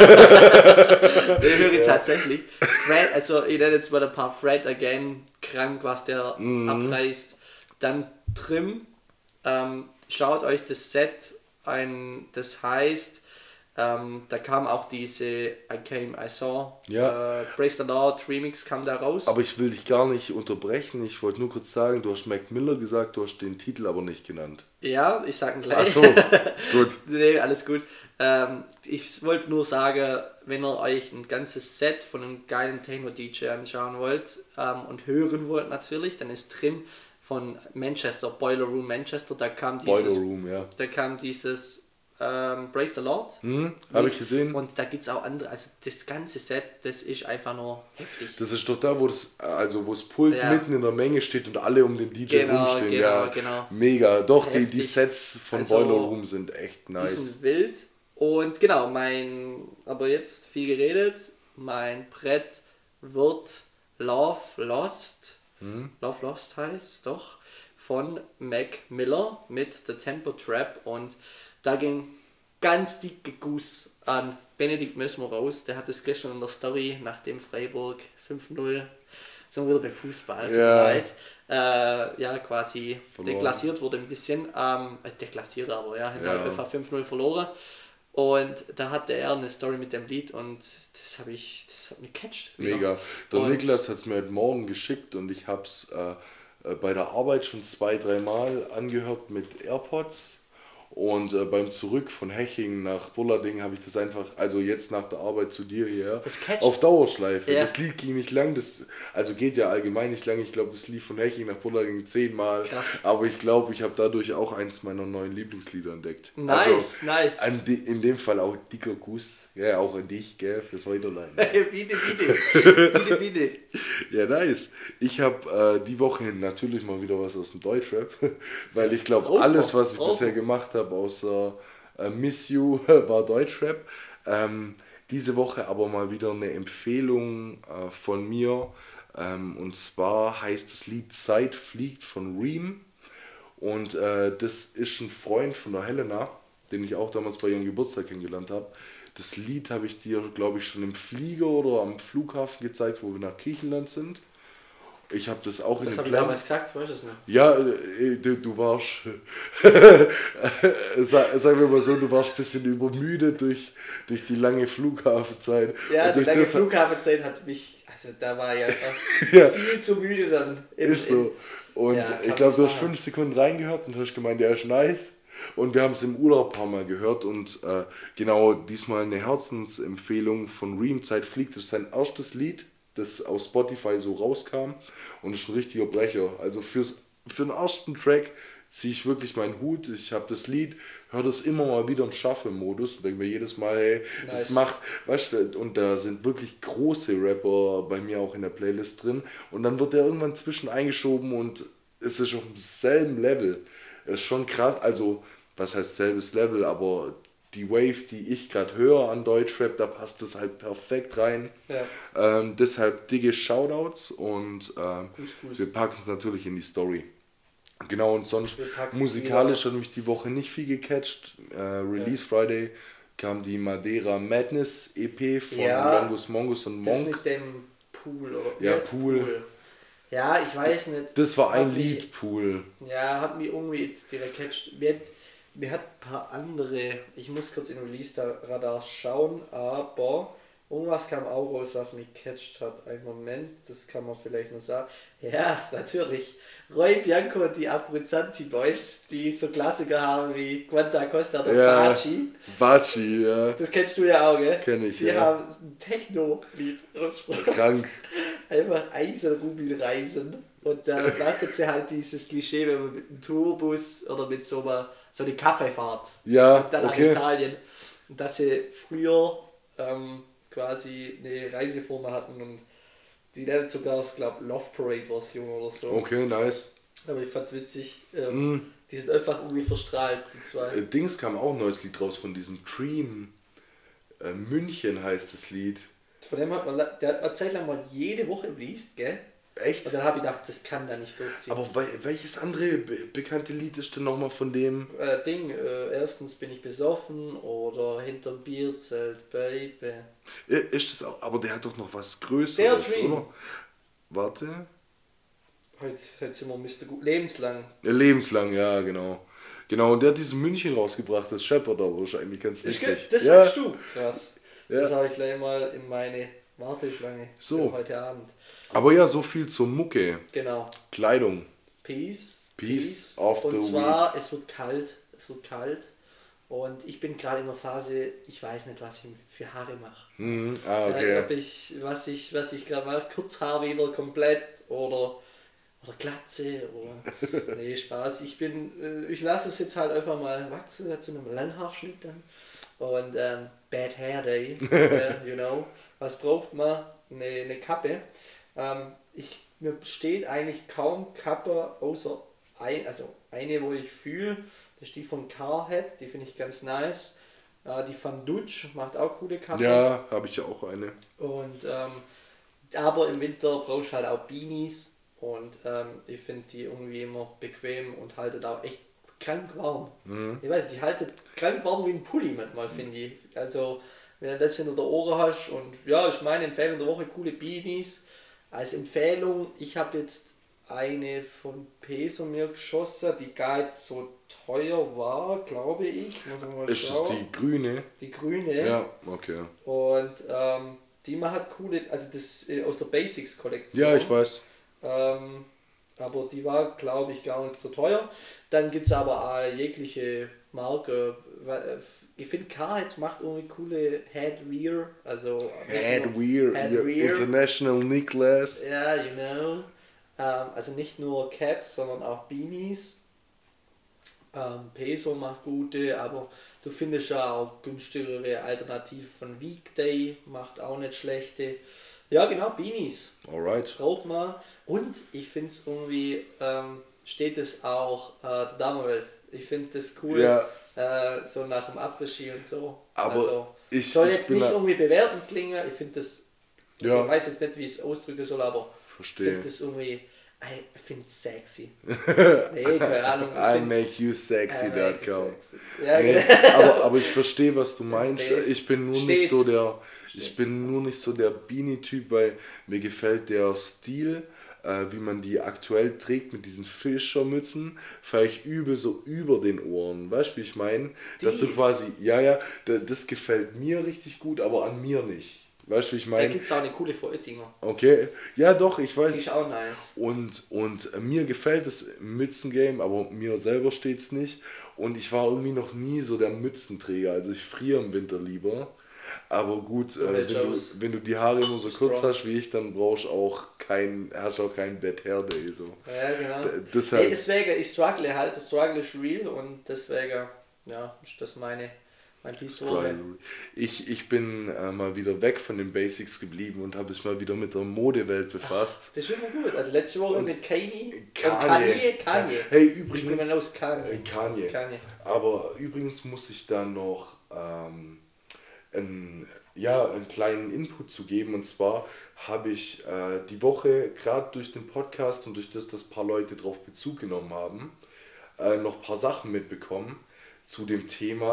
Ich höre ja. tatsächlich. Fred, also ich nenne jetzt mal ein paar Fred Again, krank, was der mhm. abreißt. Dann Trim, ähm, schaut euch das Set ein, das heißt, ähm, da kam auch diese I Came, I Saw, ja. äh, Praise the Lord Remix kam da raus. Aber ich will dich gar nicht unterbrechen, ich wollte nur kurz sagen, du hast Mac Miller gesagt, du hast den Titel aber nicht genannt. Ja, ich sag ihn gleich. Ach so, gut. Nee, alles gut. Ähm, ich wollte nur sagen, wenn ihr euch ein ganzes Set von einem geilen Techno-D J anschauen wollt ähm, und hören wollt natürlich, dann ist Trim von Manchester, Boiler Room Manchester, da kam dieses, Boiler Room, ja. da kam dieses ähm, Praise the Lord. Hm, habe ich gesehen. Und da gibt es auch andere, also das ganze Set, das ist einfach nur heftig. Das ist doch da, wo das, also wo das Pult ja. mitten in der Menge steht und alle um den D J genau, rumstehen. Genau, ja, genau. Mega. Doch, die, die Sets von also, Boiler Room sind echt nice. Die sind wild. Und genau, mein, aber jetzt viel geredet, mein Brett wird Love Lost. Hm. Love Lost heißt doch, von Mac Miller mit The Tempo Trap und da ging ganz dicke Guss an Benedikt Mössmer raus, der hat es gestern in der Story nach dem Freiburg fünf null, sind wir wieder beim Fußball, tut mir leid, äh, ja quasi verloren. Deklassiert wurde ein bisschen, ähm, deklassiert aber ja, hat ja. einfach fünf null verloren. Und da hatte er eine Story mit dem Lied und das habe ich, das hat mich gecatcht. Mega. Der und Niklas hat es mir heute Morgen geschickt und ich habe es äh, bei der Arbeit schon zwei, drei Mal angehört mit AirPods. Und äh, beim Zurück von Heching nach Bullarding habe ich das einfach, also jetzt nach der Arbeit zu dir hierher, auf Dauerschleife. Ja. Das Lied ging nicht lang, das, also geht ja allgemein nicht lang. Ich glaube, das lief von Heching nach Bullarding zehnmal. Krass. Aber ich glaube, ich habe dadurch auch eins meiner neuen Lieblingslieder entdeckt. Nice, also, nice. An die, in dem Fall auch dicker Kuss, ja, auch an dich, gell, fürs Weiterleiten. bitte, bitte, bitte, bitte. Ja, nice. Ich habe äh, die Woche natürlich mal wieder was aus dem Deutschrap, weil ich glaube, alles, was ich oh. bisher gemacht habe, außer äh, Miss You war Deutschrap. Ähm, diese Woche aber mal wieder eine Empfehlung äh, von mir. Ähm, und zwar heißt das Lied Zeit fliegt von Reem. Und äh, das ist ein Freund von der Helena, den ich auch damals bei ihrem Geburtstag kennengelernt habe. Das Lied habe ich dir, glaube ich, schon im Flieger oder am Flughafen gezeigt, wo wir nach Griechenland sind. Ich habe das auch das in den habe ich damals gesagt, weißt du es nicht? Ja, du, du warst, sagen wir mal so, du warst ein bisschen übermüdet durch, durch die lange Flughafenzeit. Ja, die lange Flughafenzeit hat mich, also da war ich einfach ja. viel zu müde dann. Im, ist so. Und ja, ich glaube, du hast fünf Sekunden reingehört und hast gemeint, ja, ist nice. Und wir haben es im Urlaub ein paar Mal gehört und äh, genau diesmal eine Herzensempfehlung von Reem, Zeit fliegt, das ist sein erstes Lied, das auf Spotify so rauskam und ist ein richtiger Brecher. Also fürs, für den ersten Track ziehe ich wirklich meinen Hut. Ich habe das Lied, höre das immer mal wieder im Shuffle-Modus und denke mir jedes Mal, hey, nice. Das macht, weißt du, und da sind wirklich große Rapper bei mir auch in der Playlist drin und dann wird der irgendwann zwischen eingeschoben und es ist auf demselben Level. Das ist schon krass, also was heißt selbes Level, aber die Wave, die ich gerade höre an Deutschrap, da passt das halt perfekt rein. Ja. Ähm, deshalb dicke Shoutouts und ähm, Gruß, Gruß. Wir packen es natürlich in die Story. Genau, und sonst musikalisch hat mich die Woche nicht viel gecatcht. Äh, Release ja. Friday kam die Madeira Madness E P von Ja, Longus Mongus und Das Monk. mit dem Pool, oder? Ja, das Pool. Ja, ich weiß nicht. Das war ein Hat mich- Lied, Pool. Ja, hat mich irgendwie jetzt direkt catcht. Mir hat, mir hat ein paar andere, ich muss kurz in Release-Radars schauen, aber irgendwas kam auch raus, was mich catcht hat. Einen Moment, das kann man vielleicht noch sagen. Ja, natürlich. Roy Bianco und die Abruzzanti Boys, die so Klassiker haben wie Quanta Costa oder Ja, Baci. Baci, ja. Das kennst du ja auch, gell? Kenn ich, Die ja. haben ein Techno-Lied rausgebracht. Krank. Einfach Eisenrubel reisen. Und da machen sie halt dieses Klischee, wenn man mit einem Tourbus oder mit so einer so eine Kaffeefahrt Ja, und dann okay. nach Italien. Und dass sie früher ähm, quasi eine Reiseform hatten und die nennen sogar, ich glaube, Love Parade Version oder so. Okay, nice. Aber ich fand's witzig. Ähm, Die sind einfach irgendwie verstrahlt, die zwei. Äh, Dings kam auch ein neues Lied raus von diesem Dream. Äh, München heißt das Lied. Von dem hat man, la- der hat eine Zeit lang mal jede Woche released, gell? Echt? Und dann habe ich gedacht, das kann da nicht durchziehen. Aber wel- welches andere be bekannte Lied ist denn nochmal von dem? Äh, Ding, äh, erstens bin ich besoffen oder hinterm Bierzelt, Baby. Äh, Ist das auch, aber der hat doch noch was Größeres, Der Dream. oder? Warte. Heute, heute sind wir Mister Gut. Lebenslang. Ja, lebenslang, ja, genau. Genau, und der hat diesen München rausgebracht, das Shepard, aber wahrscheinlich ganz Das, witzig. das ja. sagst du. Krass. Ja. Das habe ich gleich mal in meine Warteschlange So. für heute Abend. Aber ja, so viel zur Mucke. Genau. Kleidung. Peace. Peace of Und the zwar, es wird kalt. Es wird kalt. Und ich bin gerade in der Phase, ich weiß nicht, was ich für Haare mache. Mhm. Ah, Äh, okay. ob ich, was ich, was ich gerade mache, Kurzhaar wieder komplett oder, oder Glatze oder. Nee, Spaß. Ich bin, äh, ich lasse es jetzt halt einfach mal wachsen zu einem Langhaarschnitt dann. Und ähm, Bad Hair Day, äh, you know. Was braucht man? Eine, eine Kappe. Ähm, ich, mir steht eigentlich kaum Kappe außer ein, also eine, wo ich fühle. Das ist die von Carhead, die finde ich ganz nice. Äh, die von Dutch macht auch coole Kappe. Ja, habe ich ja auch eine. Und ähm, aber im Winter brauchst du halt auch Beanies und ähm, ich finde die irgendwie immer bequem und haltet auch echt krank warm. Mhm. Ich weiß, die haltet krank warm wie ein Pulli manchmal, finde ich. Also wenn du das hinter der Ohren hast und ja, ist meine Empfehlung der Woche, coole Beanies. Als Empfehlung, ich habe jetzt eine von Peso mir geschossen, die gar nicht so teuer war, glaube ich. Muss man mal Ist das schauen. die grüne? Die grüne. Ja, okay. Und ähm, die macht coole, also das äh, aus der Basics Kollektion. Ja, ich weiß. Ähm, aber die war, glaube ich, gar nicht so teuer. Dann gibt es aber auch jegliche Marke. weil, Ich finde, Carhead macht irgendwie coole Headwear. Also Headwear, your Headwear. International Nicholas. Ja, you know. Ähm, also nicht nur Caps, sondern auch Beanies. Ähm, Peso macht gute, aber du findest ja auch günstigere Alternativen von Weekday, macht auch nicht schlechte. Ja, genau, Beanies Alright. braucht man. Und ich finde es irgendwie, ähm, steht es auch äh, der Damenwelt. Ich finde das cool, Ja. äh, so nach dem Après-Ski und so. Aber also, ich- soll ich jetzt bin nicht da- irgendwie bewertend klingen, ich finde das, also Ja. ich weiß jetzt nicht, wie ich es ausdrücken soll, aber ich Verstehe. finde das irgendwie, ich finde es sexy. Nee, keine Ahnung. ich I find's- make you I sexy make dot it com. sexy. Ja, Nee, genau. aber, aber ich verstehe, was du meinst. Steht. Ich bin nur Steht. nicht so der, ich bin nur nicht so der Beanie-Typ, weil mir gefällt der Stil, äh, wie man die aktuell trägt mit diesen Fischermützen, vielleicht übel so über den Ohren. Weißt du, wie ich meine? Dass du Die? quasi, ja, ja, da- das gefällt mir richtig gut, aber an mir nicht. Weißt du, wie ich Da meine? gibt es auch eine coole von Oettinger. Okay, ja doch, ich Die weiß. ist auch nice. Und, und mir gefällt das Mützengame, aber mir selber steht es nicht. Und ich war irgendwie noch nie so der Mützenträger. Also ich friere im Winter lieber. Aber gut, äh, wenn, du, Joes. wenn du die Haare immer so kurz Strong. hast wie ich, dann brauchst du auch kein, hast auch kein Bad Hair Day. So. Ja, genau. D- deshalb- Nee, deswegen, ich struggle halt, das Struggle ist real und deswegen, ja, ist das meine, mein Pistole. Ich, ich bin äh, mal wieder weg von den Basics geblieben und habe mich mal wieder mit der Modewelt befasst. Das ist immer gut. Also letzte Woche mit Kanye. Kanye. Kanye. Kanye. Hey, Ich übrigens. nehme aus Kanye. Äh, Kanye. Kanye. Aber übrigens muss ich da noch ähm, einen, ja, einen kleinen Input zu geben. Und zwar habe ich äh, die Woche, gerade durch den Podcast und durch das, dass ein paar Leute darauf Bezug genommen haben, äh, noch ein paar Sachen mitbekommen zu dem Thema.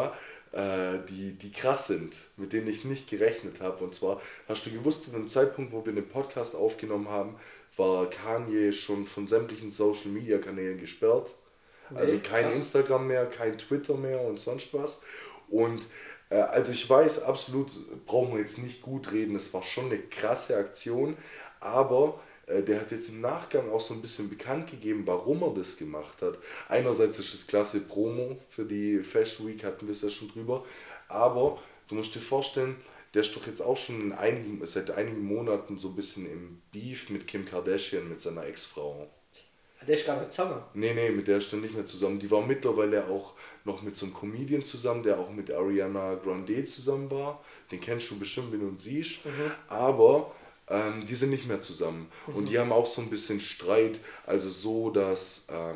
äh, die, die krass sind, mit denen ich nicht gerechnet habe. Und zwar, hast du gewusst, zu dem Zeitpunkt, wo wir den Podcast aufgenommen haben, war Kanye schon von sämtlichen Social Media Kanälen gesperrt. Also Nee, kein krass. Instagram mehr, kein Twitter mehr und sonst was. Und äh, also ich weiß absolut, brauchen wir jetzt nicht gut reden, es war schon eine krasse Aktion, aber äh, der hat jetzt im Nachgang auch so ein bisschen bekannt gegeben, warum er das gemacht hat. Einerseits ist es klasse Promo, für die Fashion Week hatten wir es ja schon drüber, aber du musst dir vorstellen, der ist doch jetzt auch schon in einigen, seit einigen Monaten so ein bisschen im Beef mit Kim Kardashian, mit seiner Ex-Frau. Der ist gar nicht zusammen. Nee, nee, mit der ist er nicht mehr zusammen. Die war mittlerweile auch noch mit so einem Comedian zusammen, der auch mit Ariana Grande zusammen war. Den kennst du bestimmt, wenn du ihn siehst. Mhm. Aber ähm, die sind nicht mehr zusammen. Mhm. Und die haben auch so ein bisschen Streit. Also so, dass ähm,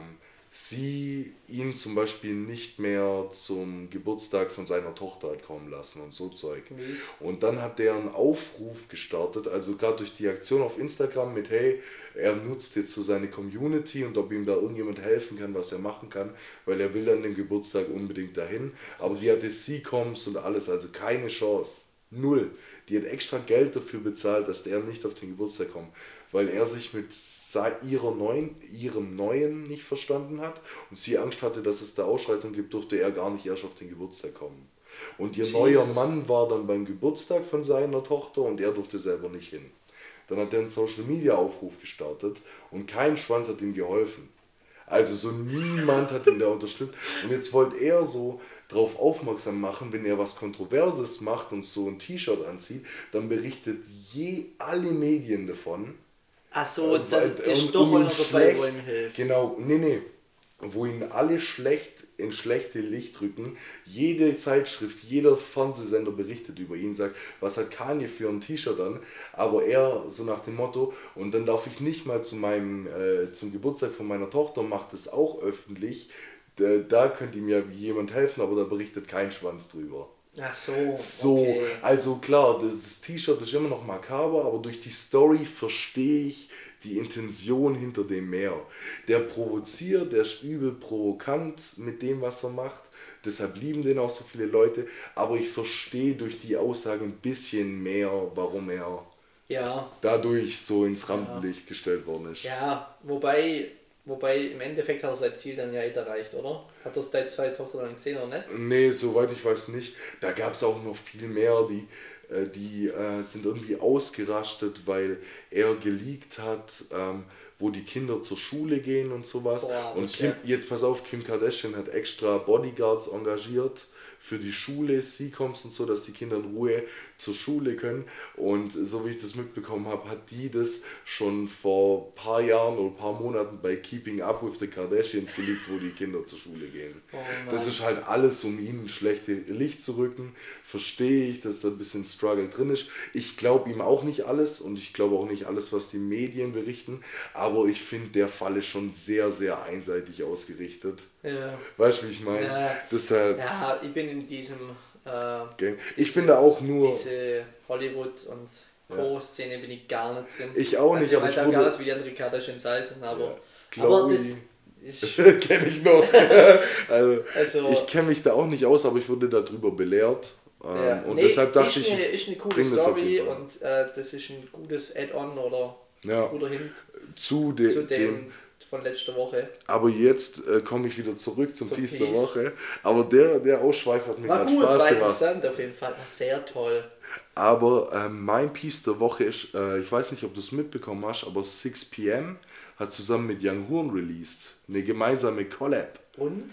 sie ihn zum Beispiel nicht mehr zum Geburtstag von seiner Tochter hat kommen lassen und so Zeug. Mhm. Und dann hat der einen Aufruf gestartet, also gerade durch die Aktion auf Instagram mit, hey, er nutzt jetzt so seine Community und ob ihm da irgendjemand helfen kann, was er machen kann, weil er will dann den Geburtstag unbedingt dahin. Aber die hatte C-Coms und alles, also keine Chance. Null. Die hat extra Geld dafür bezahlt, dass der nicht auf den Geburtstag kommt, weil er sich mit ihrer neuen, ihrem Neuen nicht verstanden hat und sie Angst hatte, dass es da Ausschreitungen gibt, durfte er gar nicht erst auf den Geburtstag kommen. Und ihr Jesus. Neuer Mann war dann beim Geburtstag von seiner Tochter und er durfte selber nicht hin. Dann hat er einen Social Media Aufruf gestartet und kein Schwanz hat ihm geholfen. Also so niemand hat ihn da unterstützt. Und jetzt wollte er so darauf aufmerksam machen, wenn er was Kontroverses macht und so ein T-Shirt anzieht, dann berichtet je alle Medien davon. Ach so, dann und, ist und, doch um einer dabei, wo ihm hilft. Genau, nee, nee. Wo ihn alle schlecht in schlechte Licht rücken. Jede Zeitschrift, jeder Fernsehsender berichtet über ihn, sagt, was hat Kanye für ein T-Shirt an, aber er so nach dem Motto, und dann darf ich nicht mal zu meinem, äh, zum Geburtstag von meiner Tochter, macht es auch öffentlich, da, da könnte ihm ja jemand helfen, aber da berichtet kein Schwanz drüber. Ach so, So, okay. Also klar, das T-Shirt ist immer noch makaber, aber durch die Story verstehe ich die Intention hinter dem mehr. Der provoziert, der ist übel provokant mit dem, was er macht. Deshalb lieben den auch so viele Leute. Aber ich verstehe durch die Aussage ein bisschen mehr, warum er ja. dadurch so ins Rampenlicht ja. gestellt worden ist. Ja, wobei, wobei im Endeffekt hat er sein Ziel dann ja nicht erreicht, oder? Hat er seine zwei Tochter dann gesehen oder nicht? Nee, soweit ich weiß nicht. Da gab es auch noch viel mehr, die... Die äh, sind irgendwie ausgerastet, weil er geleakt hat, ähm, wo die Kinder zur Schule gehen und sowas. Boah, und Kim, jetzt pass auf, Kim Kardashian hat extra Bodyguards engagiert für die Schule, C-Coms und so, dass die Kinder in Ruhe zur Schule können. Und so wie ich das mitbekommen habe, hat die das schon vor ein paar Jahren oder ein paar Monaten bei Keeping Up with the Kardashians geleakt, wo die Kinder zur Schule gehen. Oh das ist halt alles, um ihnen schlechte Licht zu rücken. Verstehe ich, dass da ein bisschen Struggle drin ist. Ich glaube ihm auch nicht alles und ich glaube auch nicht alles, was die Medien berichten. Aber ich finde, der Fall ist schon sehr, sehr einseitig ausgerichtet. Ja. Weißt du, wie ich meine? Ja. Deshalb, ja, ich bin in diesem... Äh, okay. Ich finde auch nur... Diese Hollywood- und Co-Szene ja. bin ich gar nicht drin. Ich auch nicht, also, aber ich weiß auch gar nicht, wie die andere Kardashians heißen, aber... Ja. Aber das ist... kenne ich noch. also, also, ich kenne mich da auch nicht aus, aber ich wurde darüber belehrt. Ja. Und nee, deshalb dachte ist ich... Eine, ist eine coole Story und äh, das ist ein gutes Add-on oder ja. ein guter Hint zu, de, zu dem... dem von letzter Woche. Aber jetzt äh, komme ich wieder zurück zum, zum Piece der Woche. Aber der, der Ausschweif hat mir gerade Spaß gemacht. War gemacht. interessant auf jeden Fall, war sehr toll. Aber äh, mein Piece der Woche ist, äh, ich weiß nicht, ob du es mitbekommen hast, aber six p m hat zusammen mit Young Horn released. Eine gemeinsame Collab. Und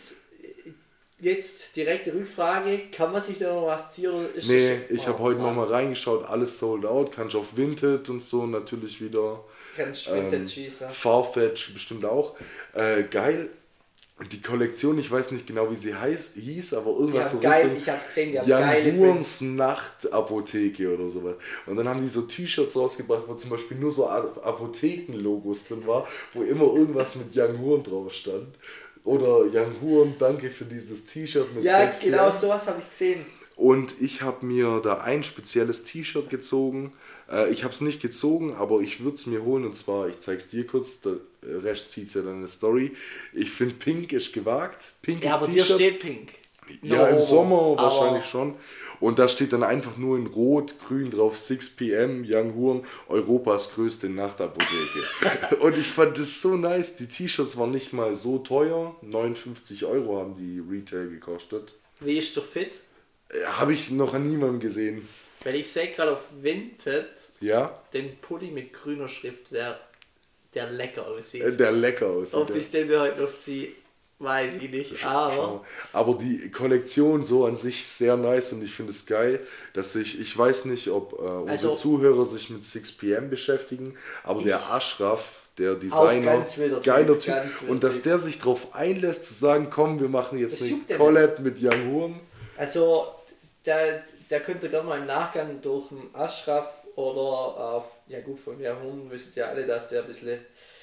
jetzt direkte Rückfrage, kann man sich da noch was ziehen? Oder ist nee, das ich oh, habe heute nochmal reingeschaut, alles sold out, kannst auf Vinted und so natürlich wieder. Kannst du Vintage schießen. Ähm, Farfetch bestimmt auch. Äh, geil. Die Kollektion, ich weiß nicht genau, wie sie heiß, hieß, aber irgendwas so geil, Richtung ich hab's gesehen, die haben geile Hurns Nachtapotheke oder sowas. Und dann haben die so T-Shirts rausgebracht, wo zum Beispiel nur so Apotheken-Logos drin war, wo immer irgendwas mit Young Horn drauf stand. Oder Young Horn, danke für dieses T-Shirt mit Ja, sechs genau, P M. sowas habe ich gesehen. Und ich habe mir da ein spezielles T-Shirt gezogen. Äh, ich habe es nicht gezogen, aber ich würde es mir holen. Und zwar, ich zeige es dir kurz, der Rest zieht ja dann eine Story. Ich finde Pink ist gewagt. Pink ja, ist aber dir steht Pink. Ja, im No, Sommer aber- wahrscheinlich schon. Und da steht dann einfach nur in Rot, Grün drauf, six p m, Young Huren, Europas größte Nachtapotheke. Und ich fand das so nice. Die T-Shirts waren nicht mal so teuer. neunundfünfzig Euro haben die Retail gekostet. Wie ist der Fit? Habe ich noch an niemandem gesehen. Weil ich sehe gerade auf Vinted Ja? den Pulli mit grüner Schrift, der, der lecker aussieht. Äh, Der lecker aussieht. Ob ja. ich den mir heute noch ziehe, weiß ich nicht. Aber Aber die Kollektion so an sich sehr nice und ich finde es geil, dass ich, ich weiß nicht, ob äh, unsere Also- Zuhörer sich mit six p m beschäftigen, aber der Ashraf, der Auch Designer, ganz wilder Typ, geiler Typ, ganz wilder und dass Typ. der sich darauf einlässt zu sagen, komm, wir machen jetzt Das eine juckt den Collab mit Young Huren. also, der, der könnte gerne mal im Nachgang durch den Ashraf oder auf, ja gut, von mir Hund, wisst ihr alle, dass der ein bisschen,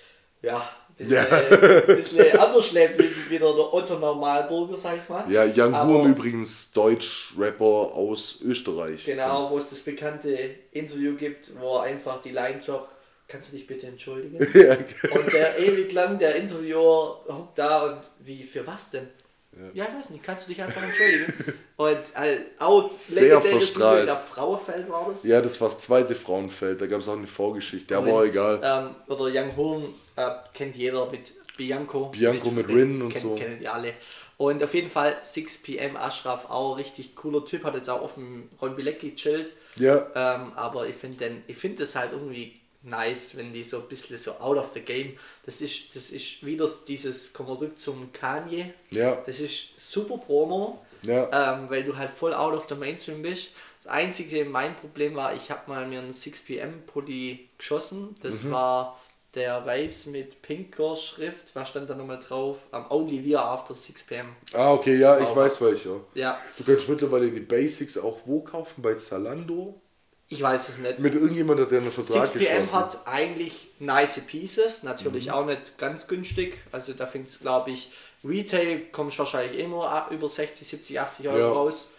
ja, ein bisschen, Ja. ein bisschen anders lebt wie wieder der Otto Normalbürger, sag ich mal. Ja, Young Aber- Huren übrigens Deutsch-Rapper aus Österreich. Genau, wo es das bekannte Interview gibt, wo er einfach die Line droppt, kannst du dich bitte entschuldigen? Ja. Und der ewig lang, der Interviewer hockt da und wie, für was denn? Ja, ich weiß nicht, kannst du dich einfach entschuldigen? Und äh, auch Sehr legendäres verstrahlt. Video, der Frauenfeld war das. Ja, das war das zweite Frauenfeld, da gab es auch eine Vorgeschichte, aber auch Und, egal. Ähm, oder Young Horn äh, kennt jeder mit Bianco. Bianco mit Rin und kennt, so. Kennen die alle. Und auf jeden Fall six p m Ashraf auch richtig cooler Typ, hat jetzt auch auf dem Ron Bilecki gechillt. Ja. Ähm, aber ich finde den, ich finde das halt irgendwie nice, wenn die so ein bisschen so out of the game. Das ist, das ist wieder dieses, kommen wir zurück zum Kanye. Ja. Das ist super Promo, Ja. ähm, weil du halt voll out of the mainstream bist. Das einzige, mein Problem war, ich habe mal mir einen six p m Pulli geschossen. Das Mhm. war der weiß mit pinker Schrift. Was stand da nochmal drauf? Um, Only we are after six p m. Ah, okay, ja, ich Aber- weiß welcher. Ja, Du kannst mittlerweile die Basics auch wo kaufen? Bei Zalando? ich weiß es nicht. Mit irgendjemandem, der einen Vertrag six p m geschlossen hat eigentlich nice Pieces, Mhm. natürlich auch nicht ganz günstig. Also da fängt es, glaube ich, Retail kommst wahrscheinlich immer über sechzig, siebzig, achtzig Euro Ja. raus.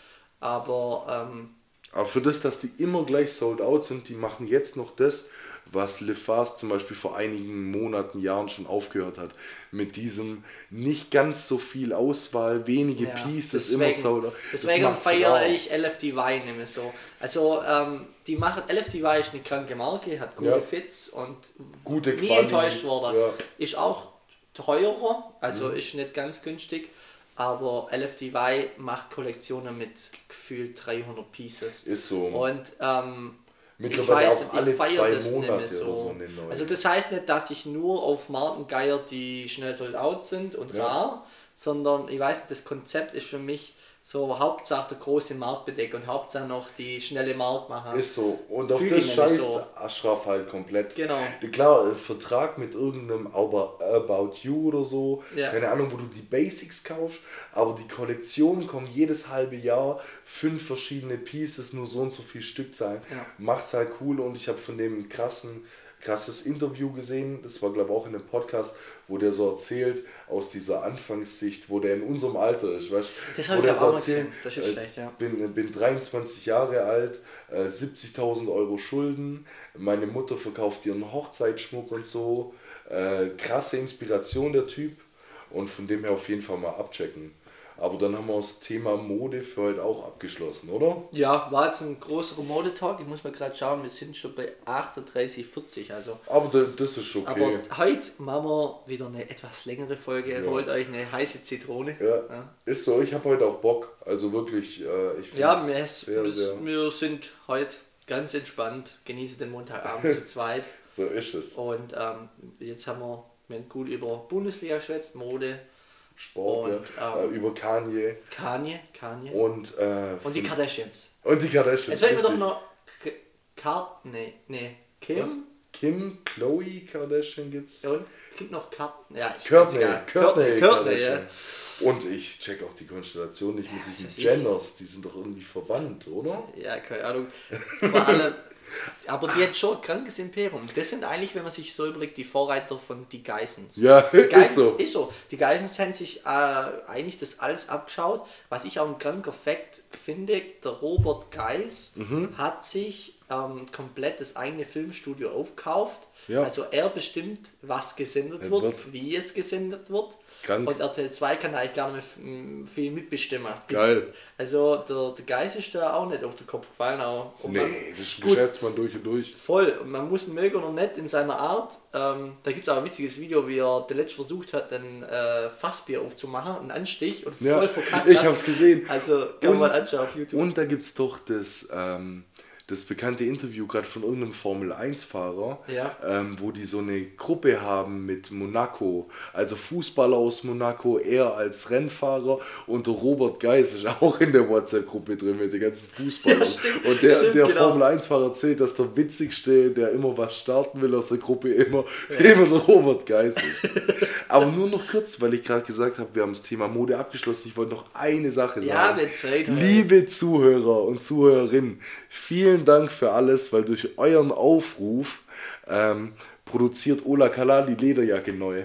Aber ähm, Aber für das, dass die immer gleich sold out sind, die machen jetzt noch das, was LeFast zum Beispiel vor einigen Monaten, Jahren schon aufgehört hat. Mit diesem nicht ganz so viel Auswahl, wenige ja, Pieces, immer sold out. Das Deswegen macht's feiere rar. ich L F D Y nicht mehr so. Also ähm, die machen, L F D Y ist eine kranke Marke, hat gute Ja. Fits und Gute nie Quali, enttäuscht worden. ja. Ist auch teurer, also Mhm. ist nicht ganz günstig. Aber L F D Y macht Kollektionen mit gefühlt dreihundert Pieces. Ist so. Und ähm, ich Mittlerweile weiß auch nicht, alle ich feiere zwei das nicht mehr Monate so. oder so eine neue. Also das heißt nicht, dass ich nur auf Marken geier, die schnell sold out sind und Ja. rar, sondern ich weiß, das Konzept ist für mich so Hauptsache der große Marktbedeck und Hauptsache noch die schnelle Marktmacher. Ist so. Und auf Fühl das ich nämlich scheißt so. Ashraf halt komplett. Genau. Klar, Vertrag mit irgendeinem About About You oder so, Ja. keine Ahnung, wo du die Basics kaufst, aber die Kollektionen kommen jedes halbe Jahr, fünf verschiedene Pieces, nur so und so viel Stückzahlen. Ja. Macht's halt cool und ich habe von dem ein krassen, krasses Interview gesehen, das war glaube ich auch in einem Podcast, wo der so erzählt, aus dieser Anfangssicht, wo der in unserem Alter ist, weißt Das wo hab ich der auch so mal erzählt, gesehen. Das ist äh, schlecht, ja. bin, bin dreiundzwanzig Jahre alt, äh, siebzigtausend Euro Schulden, meine Mutter verkauft ihren Hochzeitsschmuck und so, äh, krasse Inspiration der Typ und von dem her auf jeden Fall mal abchecken. Aber dann haben wir das Thema Mode für heute auch abgeschlossen, oder? Ja, war jetzt ein größerer Modetalk. Ich muss mal gerade schauen, wir sind schon bei achtunddreißig, vierzig. Also. Aber da, das ist okay. Aber heute machen wir wieder eine etwas längere Folge. Ja. Holt euch eine heiße Zitrone. Ja, Ja. ist so, ich habe heute auch Bock. Also wirklich, äh, ich finde Ja, es wir, sehr, wir, sehr, wir sind heute ganz entspannt, genießen den Montagabend zu zweit. so ist es. Und ähm, jetzt haben wir, wir haben gut über Bundesliga geschwätzt, Mode, Sport, und, ja. ähm, äh, über Kanye Kanye, Kanye und, äh, und die von- Kardashians. und die Kardashians. Jetzt werden wir doch richtig. noch K- Kar nee, nee, Kim Was? Kim, Chloe Kardashian gibt's. und gibt noch Karten. Ja, ist Courtney, ganz egal. Courtney, Courtney, ja. Kardashian. Und ich check auch die Konstellation nicht mit diesen was weiß ich. Jenners, die sind doch irgendwie verwandt, oder? Ja, keine Ahnung. Vor allem, aber die hat schon ein krankes Imperium. Das sind eigentlich, wenn man sich so überlegt, die Vorreiter von die Geissens. Ja, Die ist Geissens so. ist so. Die Geissens haben sich äh, eigentlich das alles abgeschaut. Was ich auch ein kranker Fakt finde, der Robert Geiss Mhm. hat sich ähm, komplett das eigene Filmstudio aufgekauft Ja. Also er bestimmt, was gesendet Es wird, wird. wie es gesendet wird. Krank. Und R T L zwei kann eigentlich gar nicht mehr f- viel mitbestimmen. Geil. Also der, der Geist ist da auch nicht auf den Kopf gefallen. Auch. Und man- Nee, das ist ein gut, Geschäftsmann durch und durch. voll. Und man muss ihn mögen oder nicht in seiner Art. Ähm, da gibt es auch ein witziges Video, wie er der letzte versucht hat, ein äh, Fassbier aufzumachen, einen Anstich und voll Ja, verkackt ich hat. hab's gesehen. Also kann Und- man mal anschauen auf YouTube. Und da gibt es doch das, ähm, das bekannte Interview gerade von irgendeinem Formel eins Fahrer, Ja. ähm, wo die so eine Gruppe haben mit Monaco. Also Fußballer aus Monaco, er als Rennfahrer und der Robert Geis ist auch in der WhatsApp-Gruppe drin mit den ganzen Fußballern. Ja, stimmt, und der, stimmt, der genau. Formel eins Fahrer erzählt, dass der witzigste, der immer was starten will aus der Gruppe, immer, immer der Robert Geis ist. Aber nur noch kurz, weil ich gerade gesagt habe, wir haben das Thema Mode abgeschlossen. Ich wollte noch eine Sache Ja, sagen. mit Zeit. Liebe Zuhörer und Zuhörerinnen, vielen Dank für alles, weil durch euren Aufruf ähm, produziert Ola Kala die Lederjacke neu.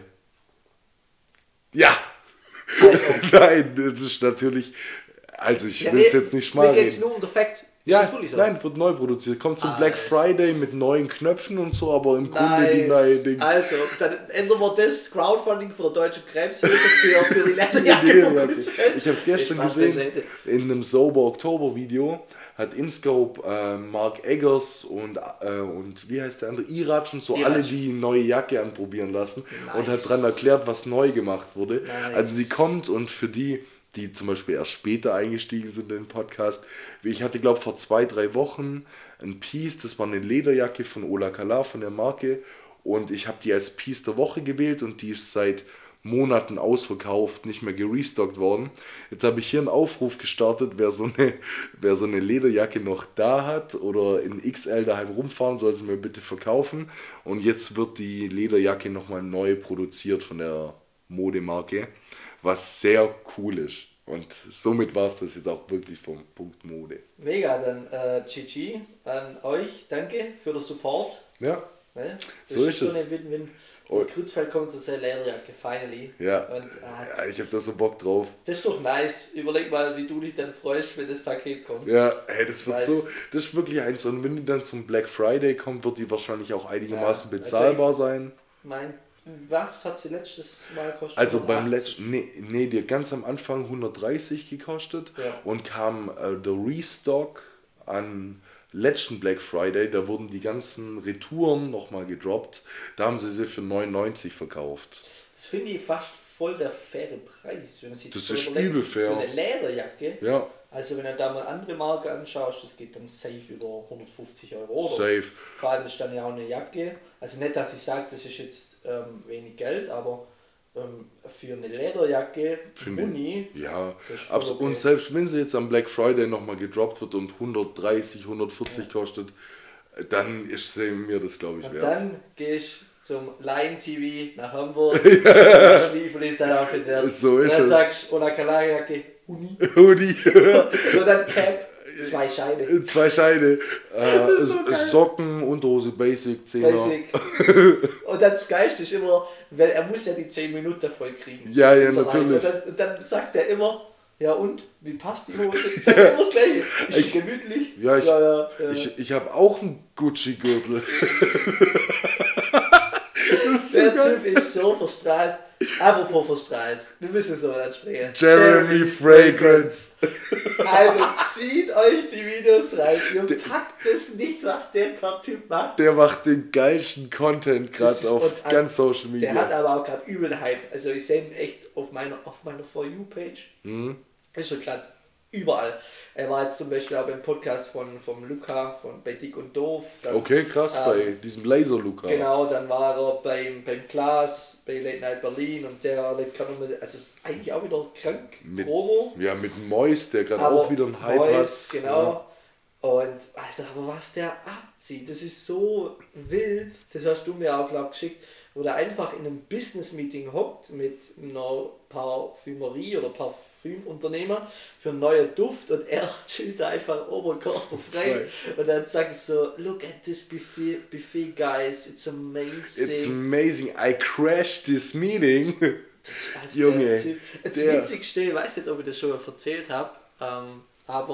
Ja! Also, Nein, das ist natürlich, also ich ja, will es nee, jetzt nicht Mir schmal geht es reden. nur um den Fakt. Ist Ja, das wirklich so? nein, wird neu produziert. Kommt zum Ah, Black das- Friday mit neuen Knöpfen und so, aber im Grunde die Nice. neue Dings. Also, dann ändern wir das Crowdfunding von der Deutschen Krebshilfe für, für die Die Lederjacke. Lederjacke. Ich habe es gestern Spaß gesehen, beiseite. in einem Sober Oktober Video hat InScope äh, Mark Eggers und, äh, und wie heißt der andere, Iraj und so Iraj. alle die neue Jacke anprobieren lassen Nice. und hat dran erklärt, was neu gemacht wurde. Nice. Also die kommt, und für die, die zum Beispiel erst später eingestiegen sind in den Podcast, ich hatte glaube vor zwei, drei Wochen ein Piece, das war eine Lederjacke von Ola Kala, von der Marke, und ich habe die als Piece der Woche gewählt und die ist seit Monaten ausverkauft, nicht mehr gerestockt worden. Jetzt habe ich hier einen Aufruf gestartet, wer so eine, wer so eine Lederjacke noch da hat oder in X L daheim rumfahren, soll sie mir bitte verkaufen. Und jetzt wird die Lederjacke nochmal neu produziert von der Modemarke, was sehr cool ist. Und somit war es das jetzt auch wirklich vom Punkt Mode. Mega, dann äh, G G an euch. Danke für den Support. Ja, Ne? Das So ist so es. eine Win-Win. Oh. Der Kreuzfeld kommt zu seiner Lederjacke, finally. ja. Und ah, ja ich habe da so Bock drauf. das ist doch nice. Überleg mal, wie du dich dann freust, wenn das Paket kommt. Ja, hey, das wird Nice. so, das ist wirklich eins. Und wenn die dann zum Black Friday kommt, wird die wahrscheinlich auch einigermaßen Ja, bezahlbar sein. Mein, was hat sie letztes Mal gekostet? Also beim hundertachtzig? letzten, nee, nee, die hat ganz am Anfang hundertdreißig gekostet Ja. und kam äh, der Restock an letzten Black Friday, da wurden die ganzen Retouren nochmal gedroppt. Da haben sie sie für neunundneunzig verkauft. Das finde ich fast voll der faire Preis, wenn man sich Das so ist überlegt, übel fair. Für eine Lederjacke. Ja, Also wenn du da mal andere Marken anschaust, das geht dann safe über hundertfünfzig Euro. Oder? safe. Vor allem das ist dann ja auch eine Jacke. Also nicht, dass ich sage, das ist jetzt ähm, wenig Geld, aber ähm, für eine Lederjacke, Finde Uni, Ja, Das ist voll Abs- okay. und selbst wenn sie jetzt am Black Friday nochmal gedroppt wird und hundertdreißig, hundertvierzig kostet, dann ist sie mir das, glaube ich, und wert. dann gehst du zum Lion T V nach Hamburg, ja. Wie viel ist dein Outfit wert? So ist und dann es. sagst du, Onakalaya-Jacke, Uni, Hoodie, und dann Cap, zwei Scheine. zwei Scheine, äh, ist so geil. Socken, Unterhose, Basic, Zehner. Basic. Und dann das Geilste ist immer, weil er muss ja die zehn Minuten voll kriegen. Ja, ja, Dieser Lion. natürlich. Und dann, und dann sagt er immer, ja und, wie passt die Hose? Sagt er immer das Gleiche. Ist Ich- die gemütlich? Ja, ich, ja, ja, ja. ich, ich habe auch einen Gucci-Gürtel. Der Typ ist so verstrahlt. Apropos verstrahlt, wir müssen es noch ansprechen. Jeremy Fragrance. Also zieht euch die Videos rein. Ihr packt es nicht, was der per Typ macht. Der macht den geilsten Content Das- gerade auf und an- ganz Social Der hat Media. aber auch gerade übel Hype. Also ich sehe ihn echt auf meiner, auf meiner For You-Page. Mhm. Ist er gerade überall. Er war jetzt zum Beispiel auch beim Podcast von vom Luca von bei Dick und Doof. Dann, Okay, krass, ähm, bei diesem Laser-Luca. Genau, dann war er beim, beim Klaas, bei Late Night Berlin und der lebt gerade nochmal, also ist eigentlich auch wieder krank, Mit- Promo. Ja, mit Mois, der gerade Aber auch wieder einen Hype Mois, hat. genau. Und Alter, aber was der abzieht, das ist so wild, das hast du mir auch glaub geschickt, wo der einfach in einem Business-Meeting hockt mit einer Parfümerie oder Parfümunternehmer für einen neuen Duft und er chillt da einfach oberkörperfrei und dann sagt er so, look at this buffet, buffet guys, it's amazing. It's amazing, I crashed this meeting. Also Junge, der Typ- Das der- Witzigste, ich weiß nicht, ob ich das schon mal erzählt habe, ähm, aber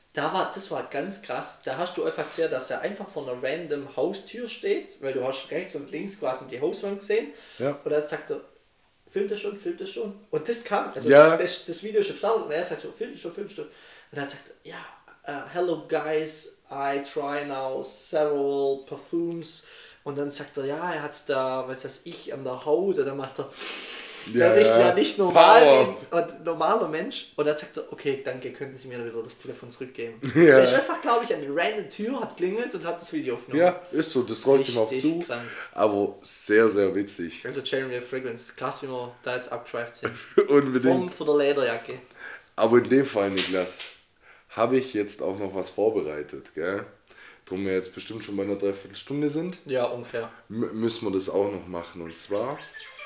da war, das war ganz krass. Da hast du einfach gesehen, dass er einfach vor einer random Haustür steht, weil du hast rechts und links quasi die Hauswand gesehen. Ja. Und dann sagt er, filmt er schon, filmt er schon. Und das kam, also Ja. das, das Video ist schon gestartet und er sagt so, filmt er schon, filmt er schon. Und dann sagt er, ja, uh, hello guys, I try now several perfumes. Und dann sagt er, ja, er hat da, was weiß ich, an der Haut. Und dann macht er, Ja, der riecht ja. ja nicht normal Power. wie ein normaler Mensch. Und dann sagt er, okay, danke, könnten Sie mir wieder das Telefon zurückgeben. Ja. Der ist einfach, glaube ich, an die random Tür, hat klingelt und hat das Video aufgenommen. Ja, ist so, das rollt ihm auch Richtig zu. krank. Aber sehr, sehr witzig. Also Jeremy Fragrance, krass, wie wir da jetzt abgeschweift sind. Unbedingt. Vom, von der Lederjacke. Aber in dem Fall, Niklas, habe ich jetzt auch noch was vorbereitet, gell? Drum wir jetzt bestimmt schon bei einer Dreiviertelstunde sind, Ja, ungefähr. m- müssen wir das auch noch machen. Und zwar,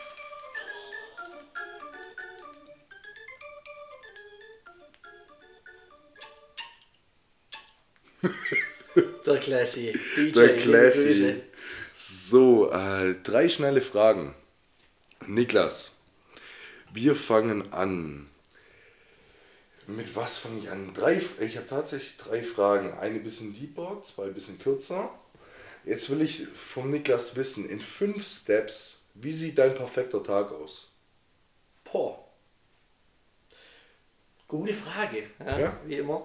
Der Classy. D J, der liebe Classy. Grüße. So, äh, drei schnelle Fragen. Niklas, wir fangen an. Mit was fange ich an? Drei, ich habe tatsächlich drei Fragen. Eine bisschen deeper, zwei bisschen kürzer. Jetzt will ich vom Niklas wissen, in fünf Steps, wie sieht dein perfekter Tag aus? Boah. Gute Frage, ja, Ja. wie immer.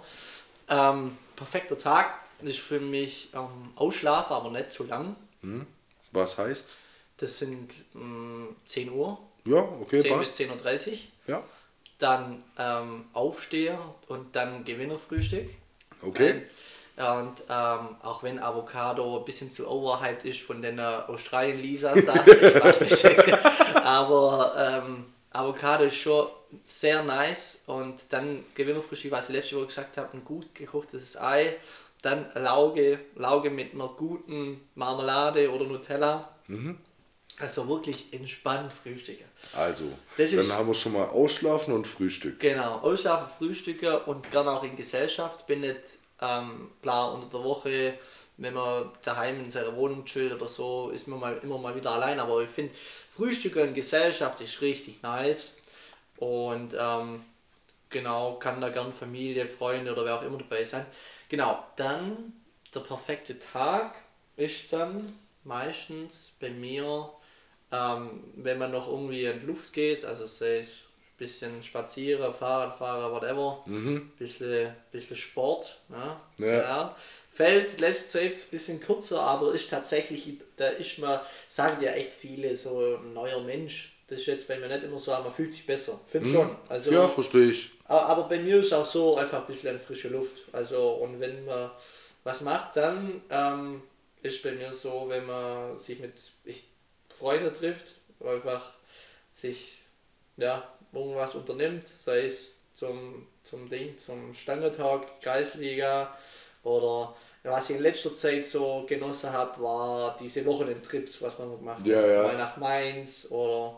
Ähm, perfekter Tag ist für mich ähm, Ausschlafen, aber nicht zu lang. Hm? Was heißt? Das sind mh, zehn Uhr, Ja, okay, zehn bis passt. zehn Uhr dreißig. Ja, Dann ähm, aufstehen und dann Gewinnerfrühstück. okay. Nein. Und ähm, auch wenn Avocado ein bisschen zu overhyped ist von den Australien-Lisas da, Spaß beiseite. Aber ähm, Avocado ist schon sehr nice. Und dann Gewinnerfrühstück, was ich letzte Woche gesagt habe, ein gut gekochtes Ei. Dann Lauge, Lauge mit einer guten Marmelade oder Nutella. Mhm. Also wirklich entspannt frühstücken. Also, Das dann ist- haben wir schon mal Ausschlafen und Frühstück. Genau, ausschlafen, frühstücken und gerne auch in Gesellschaft. Bin nicht ähm, klar unter der Woche, wenn man daheim in seiner Wohnung chillt oder so, ist man mal, immer mal wieder allein. Aber ich finde, Frühstücken in Gesellschaft ist richtig nice. Und ähm, genau, kann da gern Familie, Freunde oder wer auch immer dabei sein. Genau, dann der perfekte Tag ist dann meistens bei mir, ähm, wenn man noch irgendwie in die Luft geht, also sei es ein bisschen spazieren, Fahrradfahren, whatever, mhm. bisschen, bisschen Sport. Ja, Ja. ja. Fällt letzte Zeit ein bisschen kürzer, aber ist tatsächlich, da ist man, sagen ja echt viele, so ein neuer Mensch. Das ist jetzt bei mir nicht immer so, aber man fühlt sich besser. Finde schon. Also, Ja, verstehe ich. aber, aber bei mir ist auch so einfach ein bisschen frische Luft. Also, und wenn man was macht, dann ähm, ist bei mir so, wenn man sich mit ich, Freunden trifft, einfach sich ja, irgendwas unternimmt, sei es zum, zum Ding, zum Stangetag, Kreisliga oder was ich in letzter Zeit so genossen habe, war diese Wochenendtrips, was man gemacht hat. Ja, ja. Mal nach Mainz oder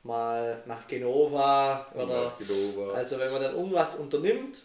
mal nach Genova oder Nach Genova. also wenn man dann irgendwas unternimmt,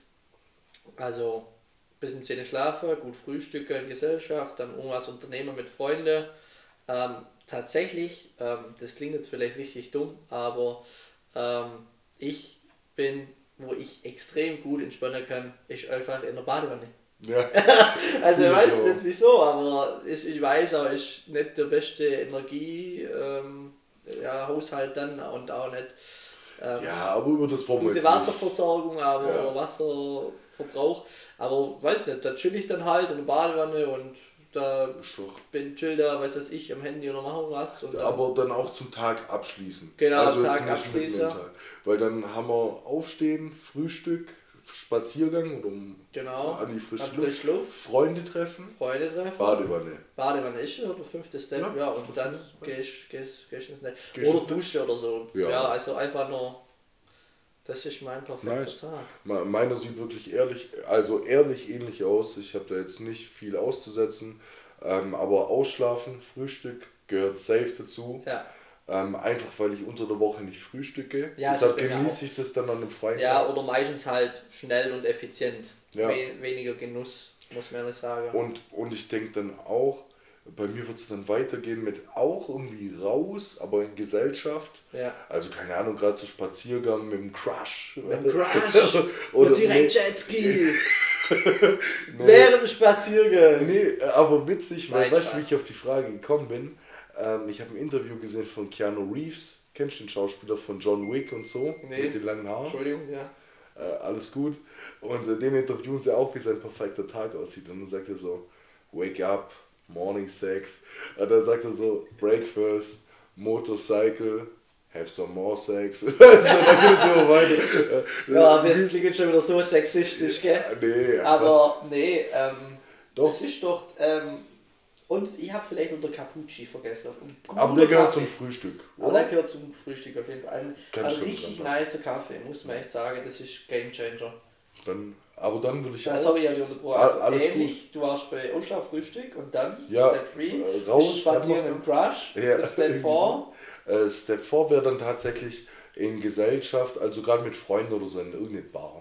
also bis um zehn Uhr schlafen, gut frühstücken in Gesellschaft, dann irgendwas unternehmen mit Freunden. Ähm, tatsächlich, ähm, das klingt jetzt vielleicht richtig dumm, aber ähm, ich bin, wo ich extrem gut entspannen kann, ist einfach in der Badewanne. Ja. Also ich Fühl ich weiß auch. nicht wieso, aber ist, ich weiß auch, ist nicht der beste Energie ähm, ja, Haushalt dann und auch nicht ähm, Ja, aber über das brauchen wir gute jetzt nicht. Wasserversorgung, aber Ja. oder Wasserverbrauch. Aber weiß nicht, da chill ich dann halt in der Badewanne und da Ist doch- bin chill da, weiß was ich, am Handy oder mache was. Und dann, Aber dann auch zum Tag abschließen. Genau, also jetzt Tag nicht mitten im abschließen. Tag. Weil dann haben wir Aufstehen, Frühstück, Spaziergang oder um genau, an die frische an Luft. frische Luft, Freunde treffen, Freunde treffen. Badewanne. Badewanne ist schon der fünfte Step, Ja, ja, ist und der dann fünfte Step. gehst gehst gehst ins Netz. Gehst Oder ins Netz. Dusche oder so. Ja. Ja. also einfach nur, das ist mein perfekter Nice. Tag. Me- Meiner sieht wirklich ehrlich, also ehrlich ähnlich aus. Ich habe da jetzt nicht viel auszusetzen. Ähm, aber Ausschlafen, Frühstück gehört safe dazu. Ja. Ähm, einfach weil ich unter der Woche nicht frühstücke. Ja, Deshalb das ist bei mir genieße ich das dann an einem freien Ja, Tag. oder meistens halt schnell und effizient. Ja. We weniger Genuss, muss man ehrlich sagen. Und, und ich denke dann auch, bei mir wird es dann weitergehen mit auch irgendwie raus, aber in Gesellschaft. Ja. Also keine Ahnung, gerade so Spaziergang mit dem Crush. Mit dem Crush. Oder und direkt nee. Jetski. nee. Während dem Spaziergang. Nee, aber witzig, weil Nein, weißt du, wie ich auf die Frage gekommen bin? Ähm, ich habe ein Interview gesehen von Keanu Reeves. Kennst du den Schauspieler von John Wick und so? Nee. Mit den langen Haaren? Entschuldigung, ja. Äh, alles gut. Und äh, den interviewen sie auch, wie sein perfekter Tag aussieht. Und dann sagt er so, wake up, morning sex. Und dann sagt er so, breakfast, motorcycle, have some more sex. Also, dann geht es immer weiter. Ja, wir sind jetzt schon wieder so sexistisch, gell? Nee, aber was? nee, ähm, doch. Das ist doch, ähm, und ich habe vielleicht unter Cappucci vergessen. Aber der gehört zum Frühstück. Oder? Aber der gehört zum Frühstück auf jeden Fall. Ein, ein richtig nicer Kaffee, muss man echt sagen, das ist Game Changer. Dann, aber dann würde ich ja, auch... Sorry, ich unterbrochen. Also alles ähnlich, gut. Du warst bei Ausschlaf-Frühstück und dann ja, Step drei, äh, raus, spazieren im Crush, ja, Step vier. Äh, Step vier wäre dann tatsächlich in Gesellschaft, also gerade mit Freunden oder so in irgendeine Bar.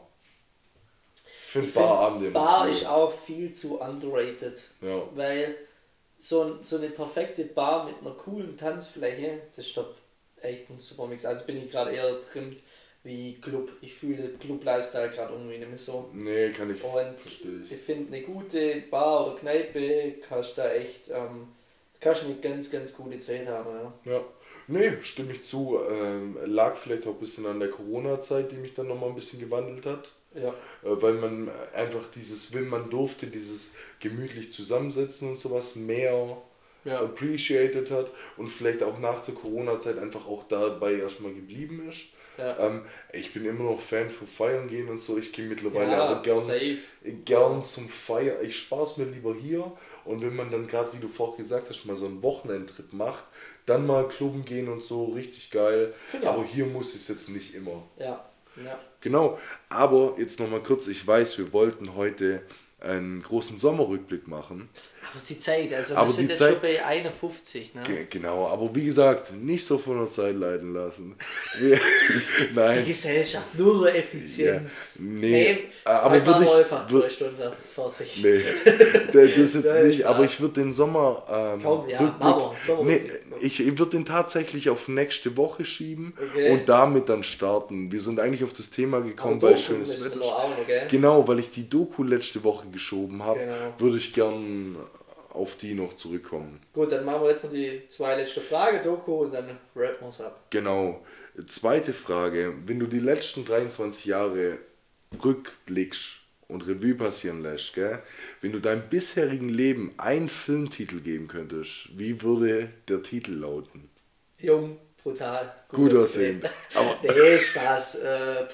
Ich finde Barabende immer Bar cool. ist auch viel zu underrated. Ja. Weil so, so eine perfekte Bar mit einer coolen Tanzfläche, das ist doch echt ein super Mix. Also bin ich gerade eher drin wie Club. Ich fühle den Club-Lifestyle gerade irgendwie nicht mehr so. Nee, kann ich Und verstehe ich. ich finde eine gute Bar oder Kneipe kannst da echt, ähm, kannst eine ganz, ganz gute Zeit haben. Ja. Ja, nee, stimme ich zu. Ähm, lag vielleicht auch ein bisschen an der Corona-Zeit, die mich dann nochmal ein bisschen gewandelt hat. Ja. Äh, weil man einfach dieses, wenn man durfte, dieses gemütlich zusammensitzen und sowas mehr ja. appreciated hat und vielleicht auch nach der Corona-Zeit einfach auch dabei erstmal geblieben ist. Ja. Ähm, ich bin immer noch Fan von Feiern gehen und so. Ich gehe mittlerweile ja, aber gern, gern zum Feiern. Ich spare es mir lieber hier. Und wenn man dann gerade, wie du vorhin gesagt hast, mal so einen Wochenendtrip macht, dann mal klubben gehen und so, richtig geil. Find aber auch. Hier muss es jetzt nicht immer. Ja, ja. Genau. Aber jetzt nochmal kurz, ich weiß, wir wollten heute einen großen Sommerrückblick machen. Aber die Zeit, also aber wir sind jetzt Zeit, schon bei einundfünfzig. Ne? G- genau, aber wie gesagt, nicht so von der Zeit leiten lassen. Wir, nein. Die Gesellschaft, nur nur Effizienz. Ja, nee, nee, aber würde ich... einfach zwei Stunden fertig. Nee, das ist jetzt Nein, nicht, klar. aber ich würde den Sommer... Ähm, Komm, ja, Mama, nee, ich, ich würde den tatsächlich auf nächste Woche schieben okay. und damit dann starten. Wir sind eigentlich auf das Thema gekommen, weil schönes Wetter. Okay? Genau, weil ich die Doku letzte Woche geschoben habe, genau. würde ich gern auf die noch zurückkommen. Gut, dann machen wir jetzt noch die zwei letzte Frage, Doku, und dann rappen wir es ab. Genau. Zweite Frage. Wenn du die letzten dreiundzwanzig Jahre rückblickst und Revue passieren lässt, gell? Wenn du deinem bisherigen Leben einen Filmtitel geben könntest, wie würde der Titel lauten? Jung, brutal, gut, gut aussehen. Aber nee, Spaß. Äh,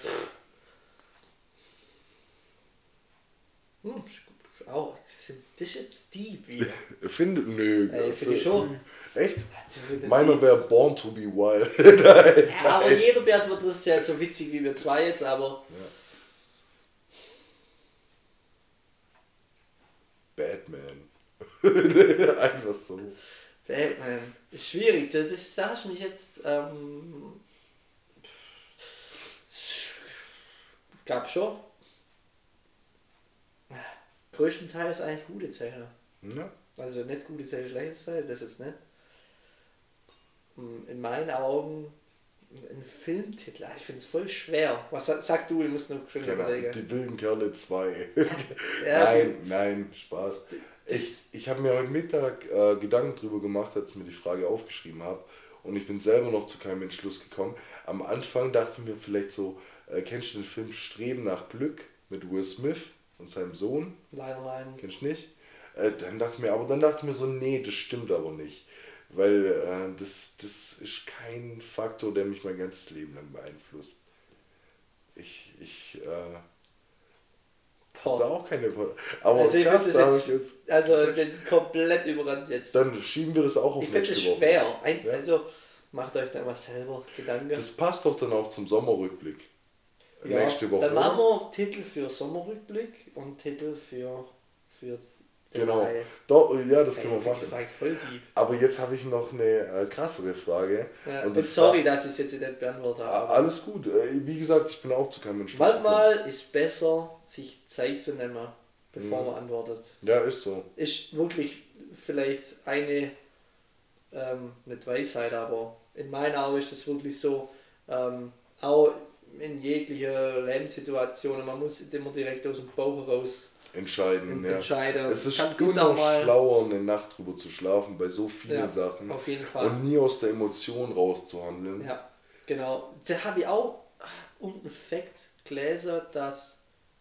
hm, auch, das ist jetzt deep wieder. Finde, nö. Äh, Finde ich schon. Echt? Meiner wäre Born to be Wild. nein, ja, aber jeder Bert wird das ja so witzig wie wir zwei jetzt, aber... Ja. Batman. Einfach so. Batman. Das ist schwierig, das, das sagst du mich jetzt... Ähm, gab schon. Größtenteils eigentlich gute Zeichen. Ja. Also nicht gute Zeichen, schlechte Zeichen, das jetzt nicht. In meinen Augen ein Filmtitel, ich finde es voll schwer. Was sag du, ich muss noch schön genau, überlegen. Die wilden Kerle zwei. ja, nein, nein, Spaß. Ich, ich habe mir heute Mittag äh, Gedanken drüber gemacht, als ich mir die Frage aufgeschrieben habe. Und ich bin selber noch zu keinem Entschluss gekommen. Am Anfang dachte ich mir vielleicht so, äh, kennst du den Film Streben nach Glück mit Will Smith und seinem Sohn? Leider nein. Kennst du nicht? Äh, dann dachte ich mir, aber dann dachte ich mir so, nee, das stimmt aber nicht. Weil äh, das, das ist kein Faktor, der mich mein ganzes Leben lang beeinflusst. Ich, ich, äh, hab da auch keine... Aber also krass, ich da jetzt, ich jetzt... Also ich bin komplett überrannt jetzt. Dann schieben wir das auch auf ich nächste Woche. Ich finde es schwer. Ein, ja? Also macht euch da mal selber Gedanken. Das passt doch dann auch zum Sommerrückblick. Ja, nächste Woche. Dann machen wir Titel für Sommerrückblick und Titel für... für Genau, Doch, ja, das können wir machen. Frage voll deep. Aber jetzt habe ich noch eine äh, krassere Frage. Ja, und, und sorry, dass ich es jetzt nicht beantwortet habe. Alles gut. Wie gesagt, ich bin auch zu keinem Entschluss. Manchmal ist besser, sich Zeit zu nehmen, bevor mhm. man antwortet. Ja, ist so. Ist wirklich vielleicht eine, ähm, nicht Weisheit, aber in meinen Augen ist es wirklich so, ähm, auch in jeglicher Lebenssituation. Man muss immer direkt aus dem Bauch heraus entscheiden. Ja. entscheiden. Es ist Kann immer schlauer, eine Nacht drüber zu schlafen, bei so vielen ja, Sachen. Auf jeden Fall. Und nie aus der Emotion rauszuhandeln. Ja, genau. Da habe ich auch irgendeinen Fakt gelesen, dass,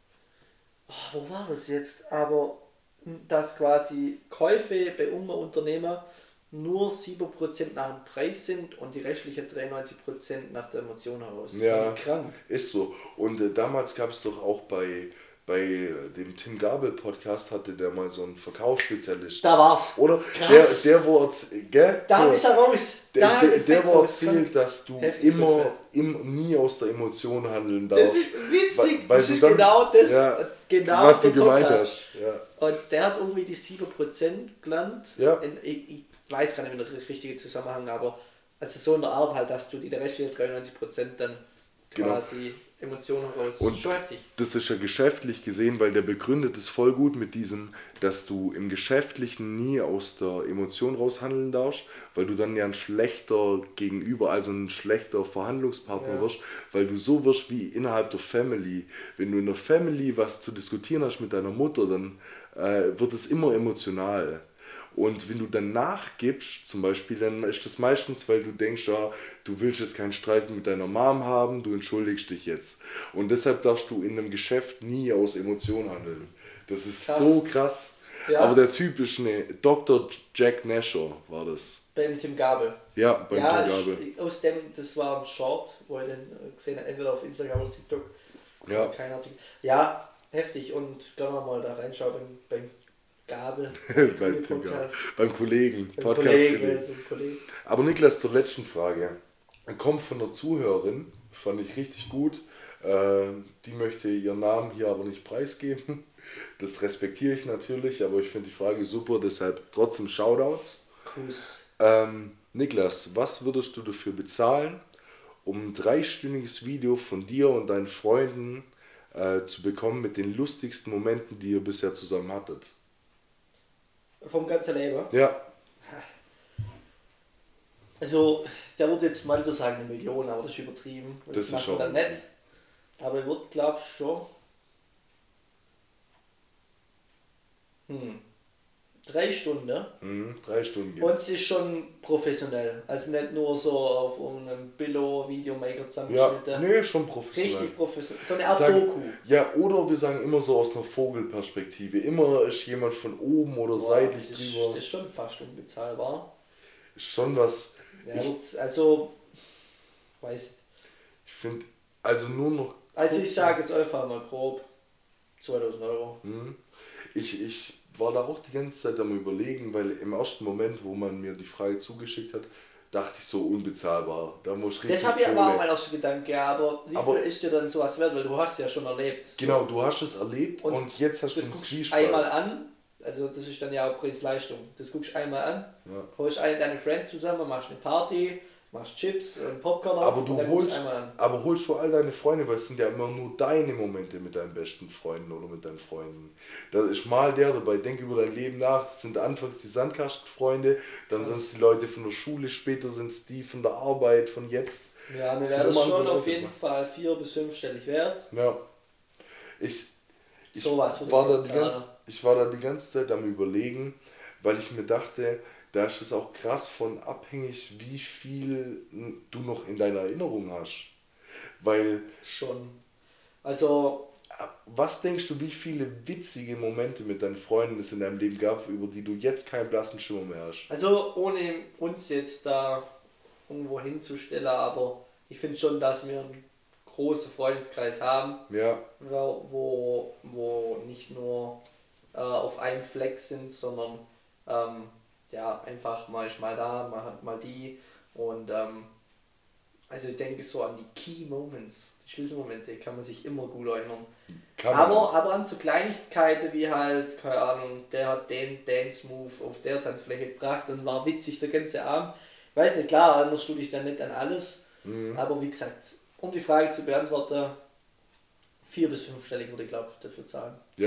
oh, wo war das jetzt? Aber dass quasi Käufe bei Unternehmen nur sieben Prozent nach dem Preis sind und die restlichen dreiundneunzig Prozent nach der Emotion heraus. Ja, krank. Ist so. Und äh, damals gab es doch auch bei, bei dem Tim Gabel Podcast, hatte der mal so einen Verkaufsspezialist. Da war's. Oder? Krass. Der, der wo, gell? Da ist er raus. Der, da der, der wo erzählt, dass du immer, immer nie aus der Emotion handeln darfst. Das ist witzig. Weil, weil das ist dann, genau das, ja, genau was du gemeint Podcast. hast. Ja. Und der hat irgendwie die sieben Prozent gelernt. Ja. In, ich, ich weiß gar nicht mehr den richtigen Zusammenhang, aber also so in der Art halt, dass du die restlichen dreiundneunzig Prozent dann genau. quasi Emotionen raus. Und schon heftig. Das ist ja geschäftlich gesehen, weil der begründet es voll gut mit diesem, dass du im Geschäftlichen nie aus der Emotion raushandeln darfst, weil du dann ja ein schlechter Gegenüber, also ein schlechter Verhandlungspartner ja. wirst, weil du so wirst wie innerhalb der Family. Wenn du in der Family was zu diskutieren hast mit deiner Mutter, dann äh, wird es immer emotional. Und wenn du dann nachgibst, zum Beispiel, dann ist das meistens, weil du denkst, ja, du willst jetzt keinen Streit mit deiner Mom haben, du entschuldigst dich jetzt. Und deshalb darfst du in einem Geschäft nie aus Emotionen handeln. Das ist krass. So krass. Ja. Aber der Typ ist eine Doktor Jack Nasher, war das. Beim Tim Gabel. Ja, beim ja, Tim Gabel. Ich, aus dem, das war ein Short, wo ich den gesehen habe, entweder auf Instagram oder TikTok. Das ja. war kein Artikel. Ja, heftig. Und können wir mal da reinschauen beim, beim Gabel. beim, Tim Gabel. Beim Kollegen. Beim Kollegen, Kollegen. Aber Niklas, zur letzten Frage. Kommt von einer Zuhörerin, fand ich richtig gut. Äh, die möchte ihren Namen hier aber nicht preisgeben. Das respektiere ich natürlich, aber ich finde die Frage super, deshalb trotzdem Shoutouts. Kuss. Ähm, Niklas, was würdest du dafür bezahlen, um ein dreistündiges Video von dir und deinen Freunden äh, zu bekommen mit den lustigsten Momenten, die ihr bisher zusammen hattet? Vom ganzen Leben? Ja. Also, der würde jetzt mal sagen eine Million, aber das ist übertrieben. Das, das macht man dann nicht. Aber ich würde, glaube ich, schon. Hm. Drei Stunden. Mhm, drei Stunden geht's. Und es ist schon professionell. Also nicht nur so auf einem Billo-Videomaker zusammengeschnitten. Ja, nee, schon professionell. Richtig professionell. So eine Art sagen, Doku. Ja, oder wir sagen immer so aus einer Vogelperspektive. Immer ist jemand von oben oder Boah, seitlich das ist, drüber. Das ist schon fast unbezahlbar. Ist schon was. Ja, ich, also, weiß ich. Ich finde, also nur noch. Also ich sage jetzt einfach mal grob zweitausend Euro. Mhm. Ich, ich war da auch die ganze Zeit am Überlegen, weil im ersten Moment, wo man mir die Frage zugeschickt hat, dachte ich so unbezahlbar. Da muss richtig das habe ich aber auch mein erster Gedanke, ja, aber wie aber viel ist dir dann sowas wert, weil du hast ja schon erlebt. Genau, du hast es erlebt und, und jetzt hast du einen Zwiespalt. Einmal an, also das ist dann ja auch Preis-Leistung. Das guckst du einmal an, ja. holst einen deine Friends zusammen, machst eine Party, machst Chips und Popcorn auf aber du und dann holst, einmal an. Aber holst du all deine Freunde, weil es sind ja immer nur deine Momente mit deinen besten Freunden oder mit deinen Freunden. Da ist mal der dabei, denk über dein Leben nach, das sind anfangs die Sandkastenfreunde, dann sind es die Leute von der Schule, später sind es die von der Arbeit, von jetzt. Ja, mir wäre das schon auf jeden Fall vier- bis fünfstellig wert. Ja. Ich, ich, so was war da die ganze, ich war da die ganze Zeit am Überlegen, weil ich mir dachte, da ist es auch krass von abhängig, wie viel du noch in deiner Erinnerung hast. Weil... Schon. Also... Was denkst du, wie viele witzige Momente mit deinen Freunden es in deinem Leben gab, über die du jetzt keinen blassen Schimmer mehr hast? Also ohne uns jetzt da irgendwo hinzustellen, aber ich finde schon, dass wir einen großen Freundeskreis haben, ja. wo, wo, wo nicht nur äh, auf einem Fleck sind, sondern... Ähm, ja, einfach mal ich mal da, mal, mal die und ähm, also ich denke so an die Key Moments, die Schlüsselmomente kann man sich immer gut erinnern. Aber, aber an so Kleinigkeiten wie halt, keine Ahnung, der hat den Dance-Move auf der Tanzfläche gebracht und war witzig der ganze Abend. Ich weiß nicht, klar, erinnerst du dich dann nicht an alles, mhm. aber wie gesagt, um die Frage zu beantworten, vier- bis fünfstellig würde ich glaube dafür zahlen. Ja,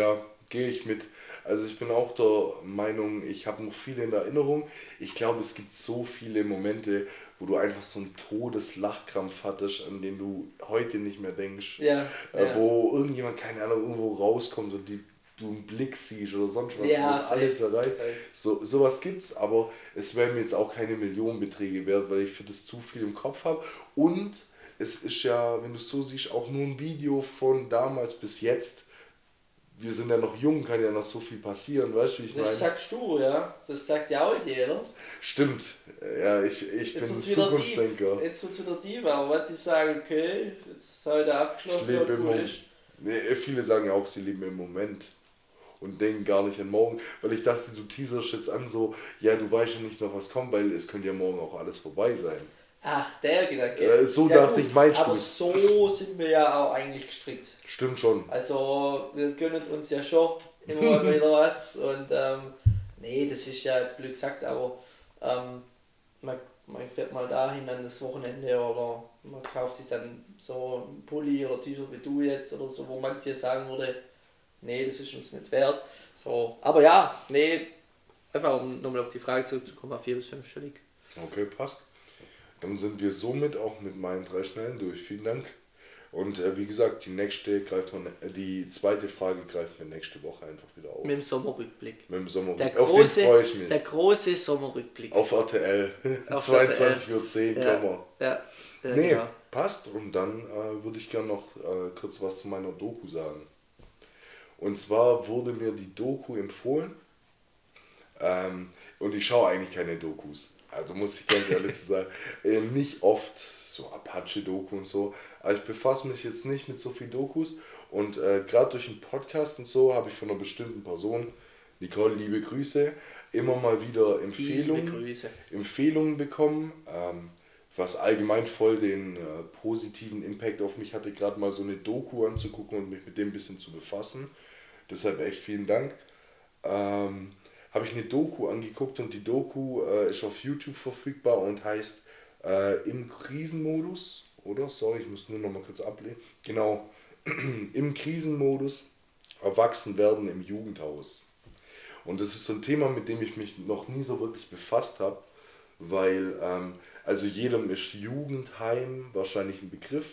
gehe ich mit. Also ich bin auch der Meinung, ich habe noch viel in Erinnerung. Ich glaube, es gibt so viele Momente, wo du einfach so einen Todeslachkrampf hattest, an den du heute nicht mehr denkst. Ja, äh, ja. Wo irgendjemand, keine Ahnung, irgendwo rauskommt und die, du einen Blick siehst oder sonst was, Ja, wo das safe, alles erreicht. safe. So, sowas gibt's, aber es wären mir jetzt auch keine Millionenbeträge wert, weil ich für das zu viel im Kopf habe. Und es ist ja, wenn du es so siehst, auch nur ein Video von damals bis jetzt. Wir sind ja noch jung, kann ja noch so viel passieren, weißt du, wie ich meine? Das sagst du, ja. Das sagt ja auch jeder. Stimmt, ja, ich, ich bin ein wird's wieder Zukunftsdenker. deep. Jetzt wird es wieder deep, aber was die sagen, okay, jetzt ist heute Ich abgeschlossen lebe und im gut Moment. ist. Nee, viele sagen ja auch, sie leben im Moment und denken gar nicht an morgen, weil ich dachte, du teaserst jetzt an so, ja, du weißt ja nicht noch, was kommt, weil es könnte ja morgen auch alles vorbei sein. Ach, der Gedanke. Äh, so ja, dachte gut, ich, meinst aber du. so sind wir ja auch eigentlich gestrickt. Stimmt schon. Also wir gönnen uns ja schon immer mal wieder was und ähm, nee, das ist ja jetzt blöd gesagt, aber ähm, man, man fährt mal dahin an das Wochenende oder man kauft sich dann so ein Pulli oder T-Shirt wie du jetzt oder so, wo manche sagen würde, nee, das ist uns nicht wert. So, aber ja, nee, einfach um nochmal auf die Frage zurückzukommen, auf vier bis fünfstellig. Okay, passt. Dann sind wir somit auch mit meinen drei Schnellen durch. Vielen Dank. Und äh, wie gesagt, die nächste greift man, äh, die zweite Frage greift man nächste Woche einfach wieder auf. Mit dem Sommerrückblick. Mit dem Sommerrückblick. Der Auf große, den freue ich mich. Der große Sommerrückblick. Auf R T L. Auf zweiundzwanzig Uhr zehn ja, kommen wir. Ja, ja, Nee, genau. passt. Und dann äh, würde ich gerne noch äh, kurz was zu meiner Doku sagen. Und zwar wurde mir die Doku empfohlen. Ähm, und ich schaue eigentlich keine Dokus. Also muss ich ganz ehrlich so sagen. Äh, nicht oft so Apache-Doku und so. Aber ich befasse mich jetzt nicht mit so viel Dokus. Und äh, gerade durch den Podcast und so habe ich von einer bestimmten Person, Nicole, liebe Grüße, immer mal wieder Empfehlungen, Liebe Grüße. Empfehlungen bekommen. Ähm, was allgemein voll den äh, positiven Impact auf mich hatte, gerade mal so eine Doku anzugucken und mich mit dem ein bisschen zu befassen. Deshalb echt vielen Dank. Ähm, habe ich eine Doku angeguckt und die Doku äh, ist auf YouTube verfügbar und heißt äh, Im Krisenmodus, oder? Sorry, ich muss nur noch mal kurz ablehnen. Genau, im Krisenmodus erwachsen werden im Jugendhaus. Und das ist so ein Thema, mit dem ich mich noch nie so wirklich befasst habe, weil, ähm, also jedem ist Jugendheim wahrscheinlich ein Begriff,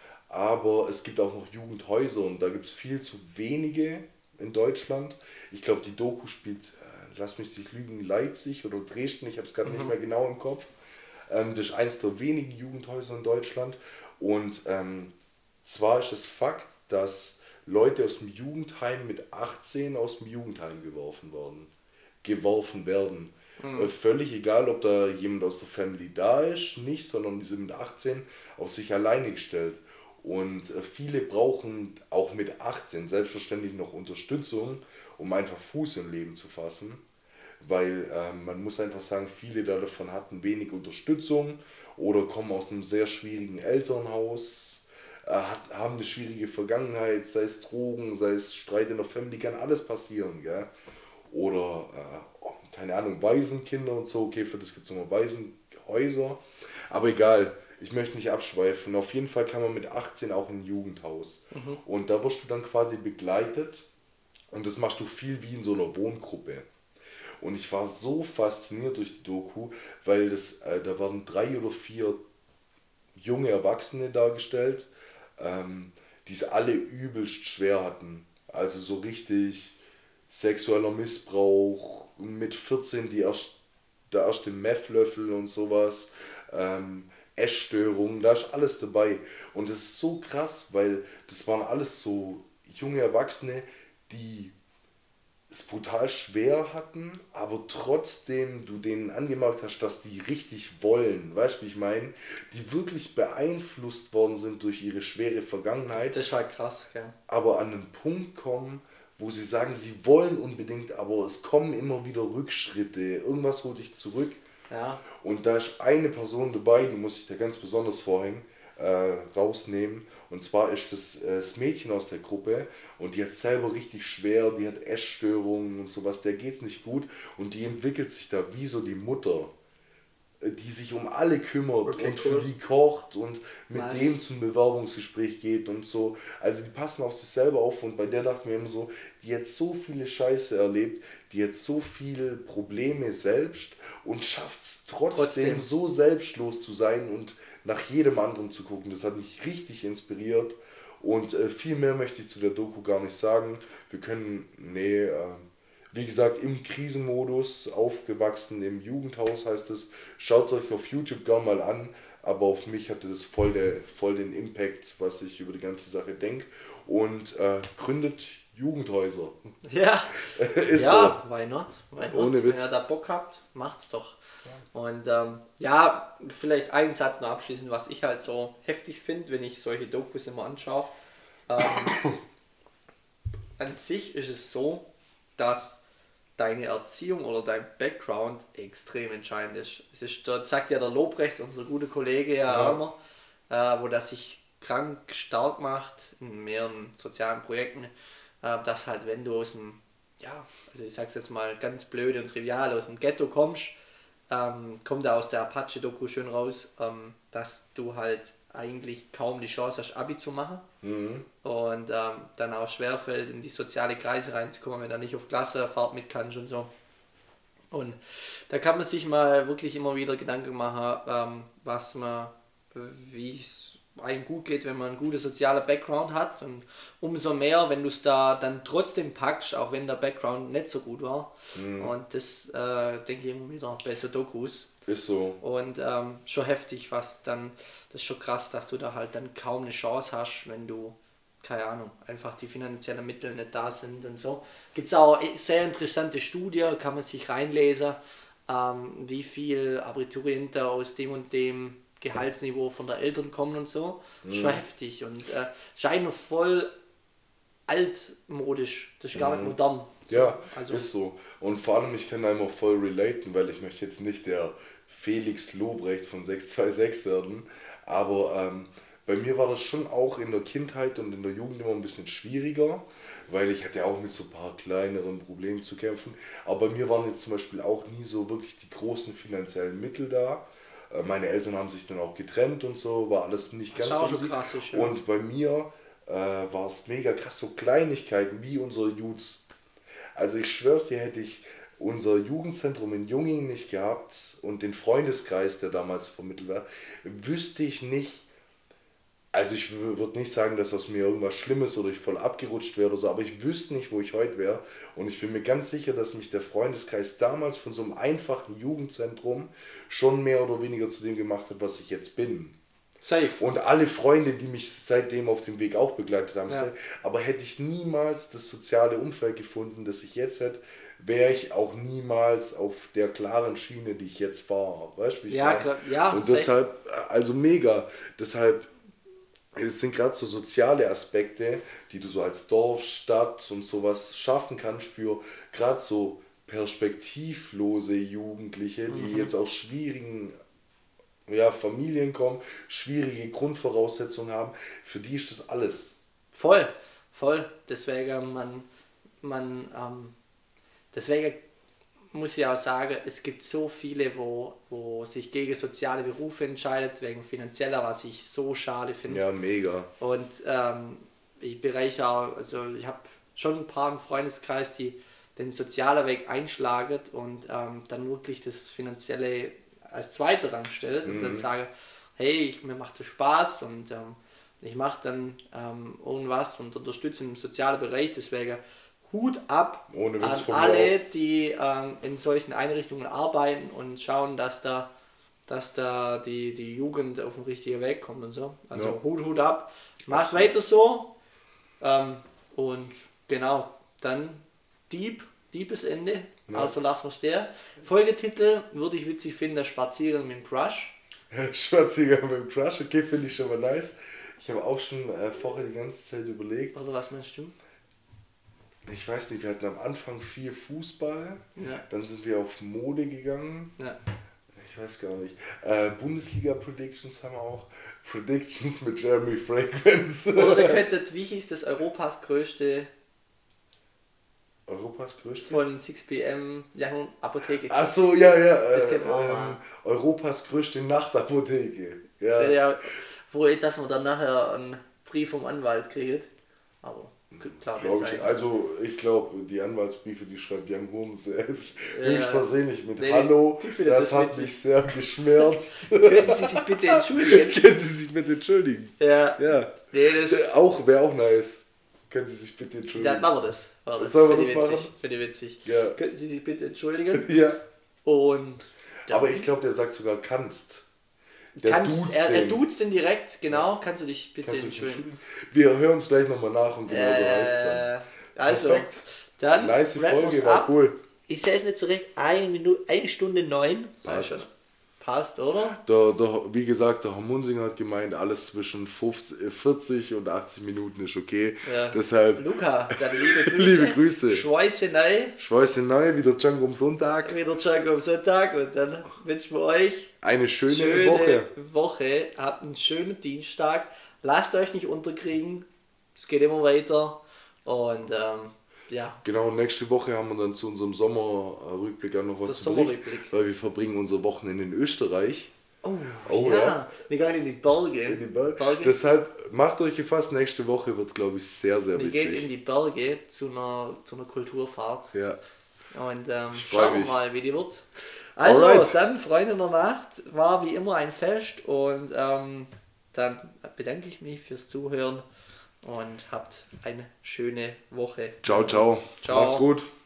aber es gibt auch noch Jugendhäuser und da gibt es viel zu wenige in Deutschland. Ich glaube, die Doku spielt, äh, lass mich nicht lügen, Leipzig oder Dresden, ich habe es gerade mhm. nicht mehr genau im Kopf. Ähm, das ist eines der wenigen Jugendhäuser in Deutschland und ähm, zwar ist es Fakt, dass Leute aus dem Jugendheim mit achtzehn aus dem Jugendheim geworfen worden, geworfen werden. Mhm. Äh, völlig egal, ob da jemand aus der Family da ist, nicht, sondern die sind mit achtzehn auf sich alleine gestellt. Und äh, viele brauchen auch mit achtzehn selbstverständlich noch Unterstützung, um einfach Fuß im Leben zu fassen. Weil äh, man muss einfach sagen, viele davon hatten wenig Unterstützung oder kommen aus einem sehr schwierigen Elternhaus, äh, hat, haben eine schwierige Vergangenheit, sei es Drogen, sei es Streit in der Family, kann alles passieren. Gell? Oder, äh, oh, keine Ahnung, Waisenkinder und so, okay, für das gibt es nochmal Waisenhäuser, aber egal. Ich möchte nicht abschweifen. Auf jeden Fall kann man mit achtzehn auch in ein Jugendhaus. Mhm. Und da wirst du dann quasi begleitet. Und das machst du viel wie in so einer Wohngruppe. Und ich war so fasziniert durch die Doku, weil das, äh, da waren drei oder vier junge Erwachsene dargestellt, ähm, die es alle übelst schwer hatten. Also so richtig sexueller Missbrauch, mit vierzehn die erst, der erste Meth-Löffel und sowas. Ähm, Essstörungen, da ist alles dabei. Und das ist so krass, weil das waren alles so junge Erwachsene, die es brutal schwer hatten, aber trotzdem du denen angemerkt hast, dass die richtig wollen, weißt du, wie ich meine? Die wirklich beeinflusst worden sind durch ihre schwere Vergangenheit. Das ist halt krass, ja. Aber an einen Punkt kommen, wo sie sagen, sie wollen unbedingt, aber es kommen immer wieder Rückschritte, irgendwas holt dich zurück. Ja. Und da ist eine Person dabei, die muss ich da ganz besonders vorhängen, äh, rausnehmen. Und zwar ist das, äh, das Mädchen aus der Gruppe und die hat selber richtig schwer, die hat Essstörungen und sowas, der geht's nicht gut und die entwickelt sich da wie so die Mutter. die sich um alle kümmert Okay, und cool. für die kocht und mit Nice. dem zum Bewerbungsgespräch geht und so. Also die passen auf sich selber auf und bei der dachte ich mir immer so, die hat so viele Scheiße erlebt, die hat so viele Probleme selbst und schafft es trotzdem, Trotzdem. so selbstlos zu sein und nach jedem anderen zu gucken. Das hat mich richtig inspiriert und äh, viel mehr möchte ich zu der Doku gar nicht sagen. Wir können, nee, äh, wie gesagt, im Krisenmodus aufgewachsen, im Jugendhaus heißt es. Schaut es euch auf YouTube gerne mal an, aber auf mich hatte das voll, der, voll den Impact, was ich über die ganze Sache denke. Und äh, gründet Jugendhäuser. Ja, Ist ja, why not? Why not? Ohne Wenn Witz. ihr da Bock habt, macht's doch. Und ähm, ja, vielleicht einen Satz noch abschließend, was ich halt so heftig finde, wenn ich solche Dokus immer anschaue. Ähm, an sich ist es so, dass deine Erziehung oder dein Background extrem entscheidend ist. Es ist, das sagt ja der Lobrecht, unser guter Kollege, ja, Ja. immer, äh, wo das sich krank stark macht in mehreren sozialen Projekten, äh, dass halt wenn du aus dem, ja, also ich sag's jetzt mal ganz blöde und trivial, aus dem Ghetto kommst, ähm, kommt da aus der Apache-Doku schön raus, ähm, dass du halt eigentlich kaum die Chance hast, Abi zu machen Mhm. und ähm, dann auch schwerfällt, in die soziale Kreise reinzukommen, wenn du nicht auf Klassenfahrt mit kannst und so. Und da kann man sich mal wirklich immer wieder Gedanken machen, ähm, was man, wie es einem gut geht, wenn man einen guten sozialen Background hat. Und umso mehr, wenn du es da dann trotzdem packst, auch wenn der Background nicht so gut war. Und das äh, denke ich immer wieder bei so Dokus. Ist so. Und ähm, schon heftig, was dann, das ist schon krass, dass du da halt dann kaum eine Chance hast, wenn du, keine Ahnung, einfach die finanziellen Mittel nicht da sind und so. Gibt es auch sehr interessante Studien, kann man sich reinlesen, ähm, wie viel Abiturienten aus dem und dem Gehaltsniveau von der Eltern kommen und so. Mhm. Schon heftig und äh, scheint noch voll altmodisch, das ist gar nicht modern. So, Ja, also ist so. Und vor allem, ich kann da immer voll relaten, weil ich möchte jetzt nicht der Felix Lobrecht von sechs zwei sechs werden, aber ähm, bei mir war das schon auch in der Kindheit und in der Jugend immer ein bisschen schwieriger, weil ich hatte auch mit so ein paar kleineren Problemen zu kämpfen, aber bei mir waren jetzt zum Beispiel auch nie so wirklich die großen finanziellen Mittel da. Äh, Meine Eltern haben sich dann auch getrennt und so, war alles nicht Das ganz ist auch easy. schon krass, ist, ja. Und bei mir äh, war es mega krass, so Kleinigkeiten wie unsere Youths. Also ich schwör's dir, hätte ich unser Jugendzentrum in Jungingen nicht gehabt und den Freundeskreis, der damals vermittelt war, wüsste ich nicht, also ich würde nicht sagen, dass aus mir irgendwas Schlimmes oder ich voll abgerutscht wäre oder so, aber ich wüsste nicht, wo ich heute wäre. Und ich bin mir ganz sicher, dass mich der Freundeskreis damals von so einem einfachen Jugendzentrum schon mehr oder weniger zu dem gemacht hat, was ich jetzt bin. safe. Und alle Freunde, die mich seitdem auf dem Weg auch begleitet haben. Ja. Aber hätte ich niemals das soziale Umfeld gefunden, das ich jetzt hätte, wäre ich auch niemals auf der klaren Schiene, die ich jetzt fahre. Weißt du, wie ich Ja, meine? klar, ja, Und safe. deshalb, also mega. Deshalb, es sind gerade so soziale Aspekte, die du so als Dorf, Stadt und sowas schaffen kannst für gerade so perspektivlose Jugendliche, die jetzt aus schwierigen ja, Familien kommen, schwierige Grundvoraussetzungen haben. Für die ist das alles. Voll, voll. Deswegen, man, man, ähm, deswegen muss ich auch sagen, es gibt so viele, wo, wo sich gegen soziale Berufe entscheidet, wegen finanzieller, was ich so schade finde. Ja, mega. Und ähm, ich bereiche auch, also ich habe schon ein paar im Freundeskreis, die den sozialen Weg einschlagen und ähm, dann wirklich das Finanzielle als zweiter Rang stellt und dann sage, hey, ich, mir macht das Spaß und ähm, ich mache dann ähm, irgendwas und unterstütze im sozialen Bereich, deswegen Hut ab Ohne Witz an von mir alle, die ähm, in solchen Einrichtungen arbeiten und schauen, dass da, dass da die, die Jugend auf den richtigen Weg kommt und so. Also Ja. Hut, Hut ab. Macht weiter so. Ähm, und genau, dann Dieb, Diebesende. Ja. Also lassen wir es der. Folgetitel würde ich witzig finden, Spaziergang mit dem Crush. Spaziergang mit dem Crush, okay, finde ich schon mal nice. Ich habe auch schon äh, vorher die ganze Zeit überlegt. Oder was meinst du? Ich weiß nicht, wir hatten am Anfang viel Fußball, Ja. dann sind wir auf Mode gegangen. Ja. Ich weiß gar nicht. Äh, Bundesliga-Predictions haben wir auch. Predictions mit Jeremy Fragrance. Oder ihr könntet, wie hieß das, Europas größte Europas größte? Von six p m Young Apotheke. Achso, ja, ja. Das Äh, kennt man auch ähm, mal. Europas größte Nachtapotheke. Ja. Ja, ja, froh, dass man dann nachher einen Brief vom Anwalt kriegt. Aber klar, Glaub jetzt ich, eigentlich. also ich glaube, die Anwaltsbriefe, die schreibt Young Home selbst. Ja. Höchstpersönlich mit Nee, Hallo, die findet das das hat witzig. mich sehr geschmerzt. Können Sie sich bitte entschuldigen? Können Sie sich bitte entschuldigen? Ja. Ja. Nee, das. Auch, wäre auch nice. Können Sie sich bitte Dann entschuldigen? machen wir das. Machen wir das. Sollen wir Finde ich das witzig. machen? Finde ich witzig. Ja. Könnten Sie sich bitte entschuldigen? Ja. Und. Aber ich glaube, der sagt sogar kannst. Der kannst, duzt er, er den. duzt den direkt, genau. Kannst du dich bitte Kannst du dich entschuldigen? entschuldigen? Wir hören es gleich nochmal nach und genau so heißt es dann. Äh, also, Perfekt. dann. Nice rappen Folge, wir's war ab. cool. Ich sehe es nicht zurecht, eine Minute, eine Stunde neun. Passt. Schon. Passt, oder? Der, der, wie gesagt, der Herr Munsinger hat gemeint, alles zwischen fünfzig, äh, vierzig und achtzig Minuten ist okay. Ja. Deshalb, Luca, dann liebe Grüße. Liebe Grüße. Schweißenei. Schweiße neu, wieder Django am Sonntag. Wieder Django am Sonntag und dann wünschen wir euch Eine schöne, schöne Woche. Woche. Habt einen schönen Dienstag. Lasst euch nicht unterkriegen. Es geht immer weiter. Und ähm, ja, Genau, nächste Woche haben wir dann zu unserem Sommerrückblick auch noch was Der zu berichten, Sommerrückblick. weil wir verbringen unser Wochenende in Österreich. oh, Oh, ja. ja. Wir gehen in die Berge. In die Berge. Berge. Deshalb macht euch gefasst, nächste Woche wird, glaube ich, sehr, sehr Wir gehen in witzig. die Berge zu einer, zu einer Kulturfahrt. Ja. Und ähm, freu schauen wir mich. mal, wie die wird. Also, Alright. dann, Freunde der Nacht, war wie immer ein Fest und ähm, dann bedanke ich mich fürs Zuhören und habt eine schöne Woche. Ciao, ciao. Ciao. Macht's gut.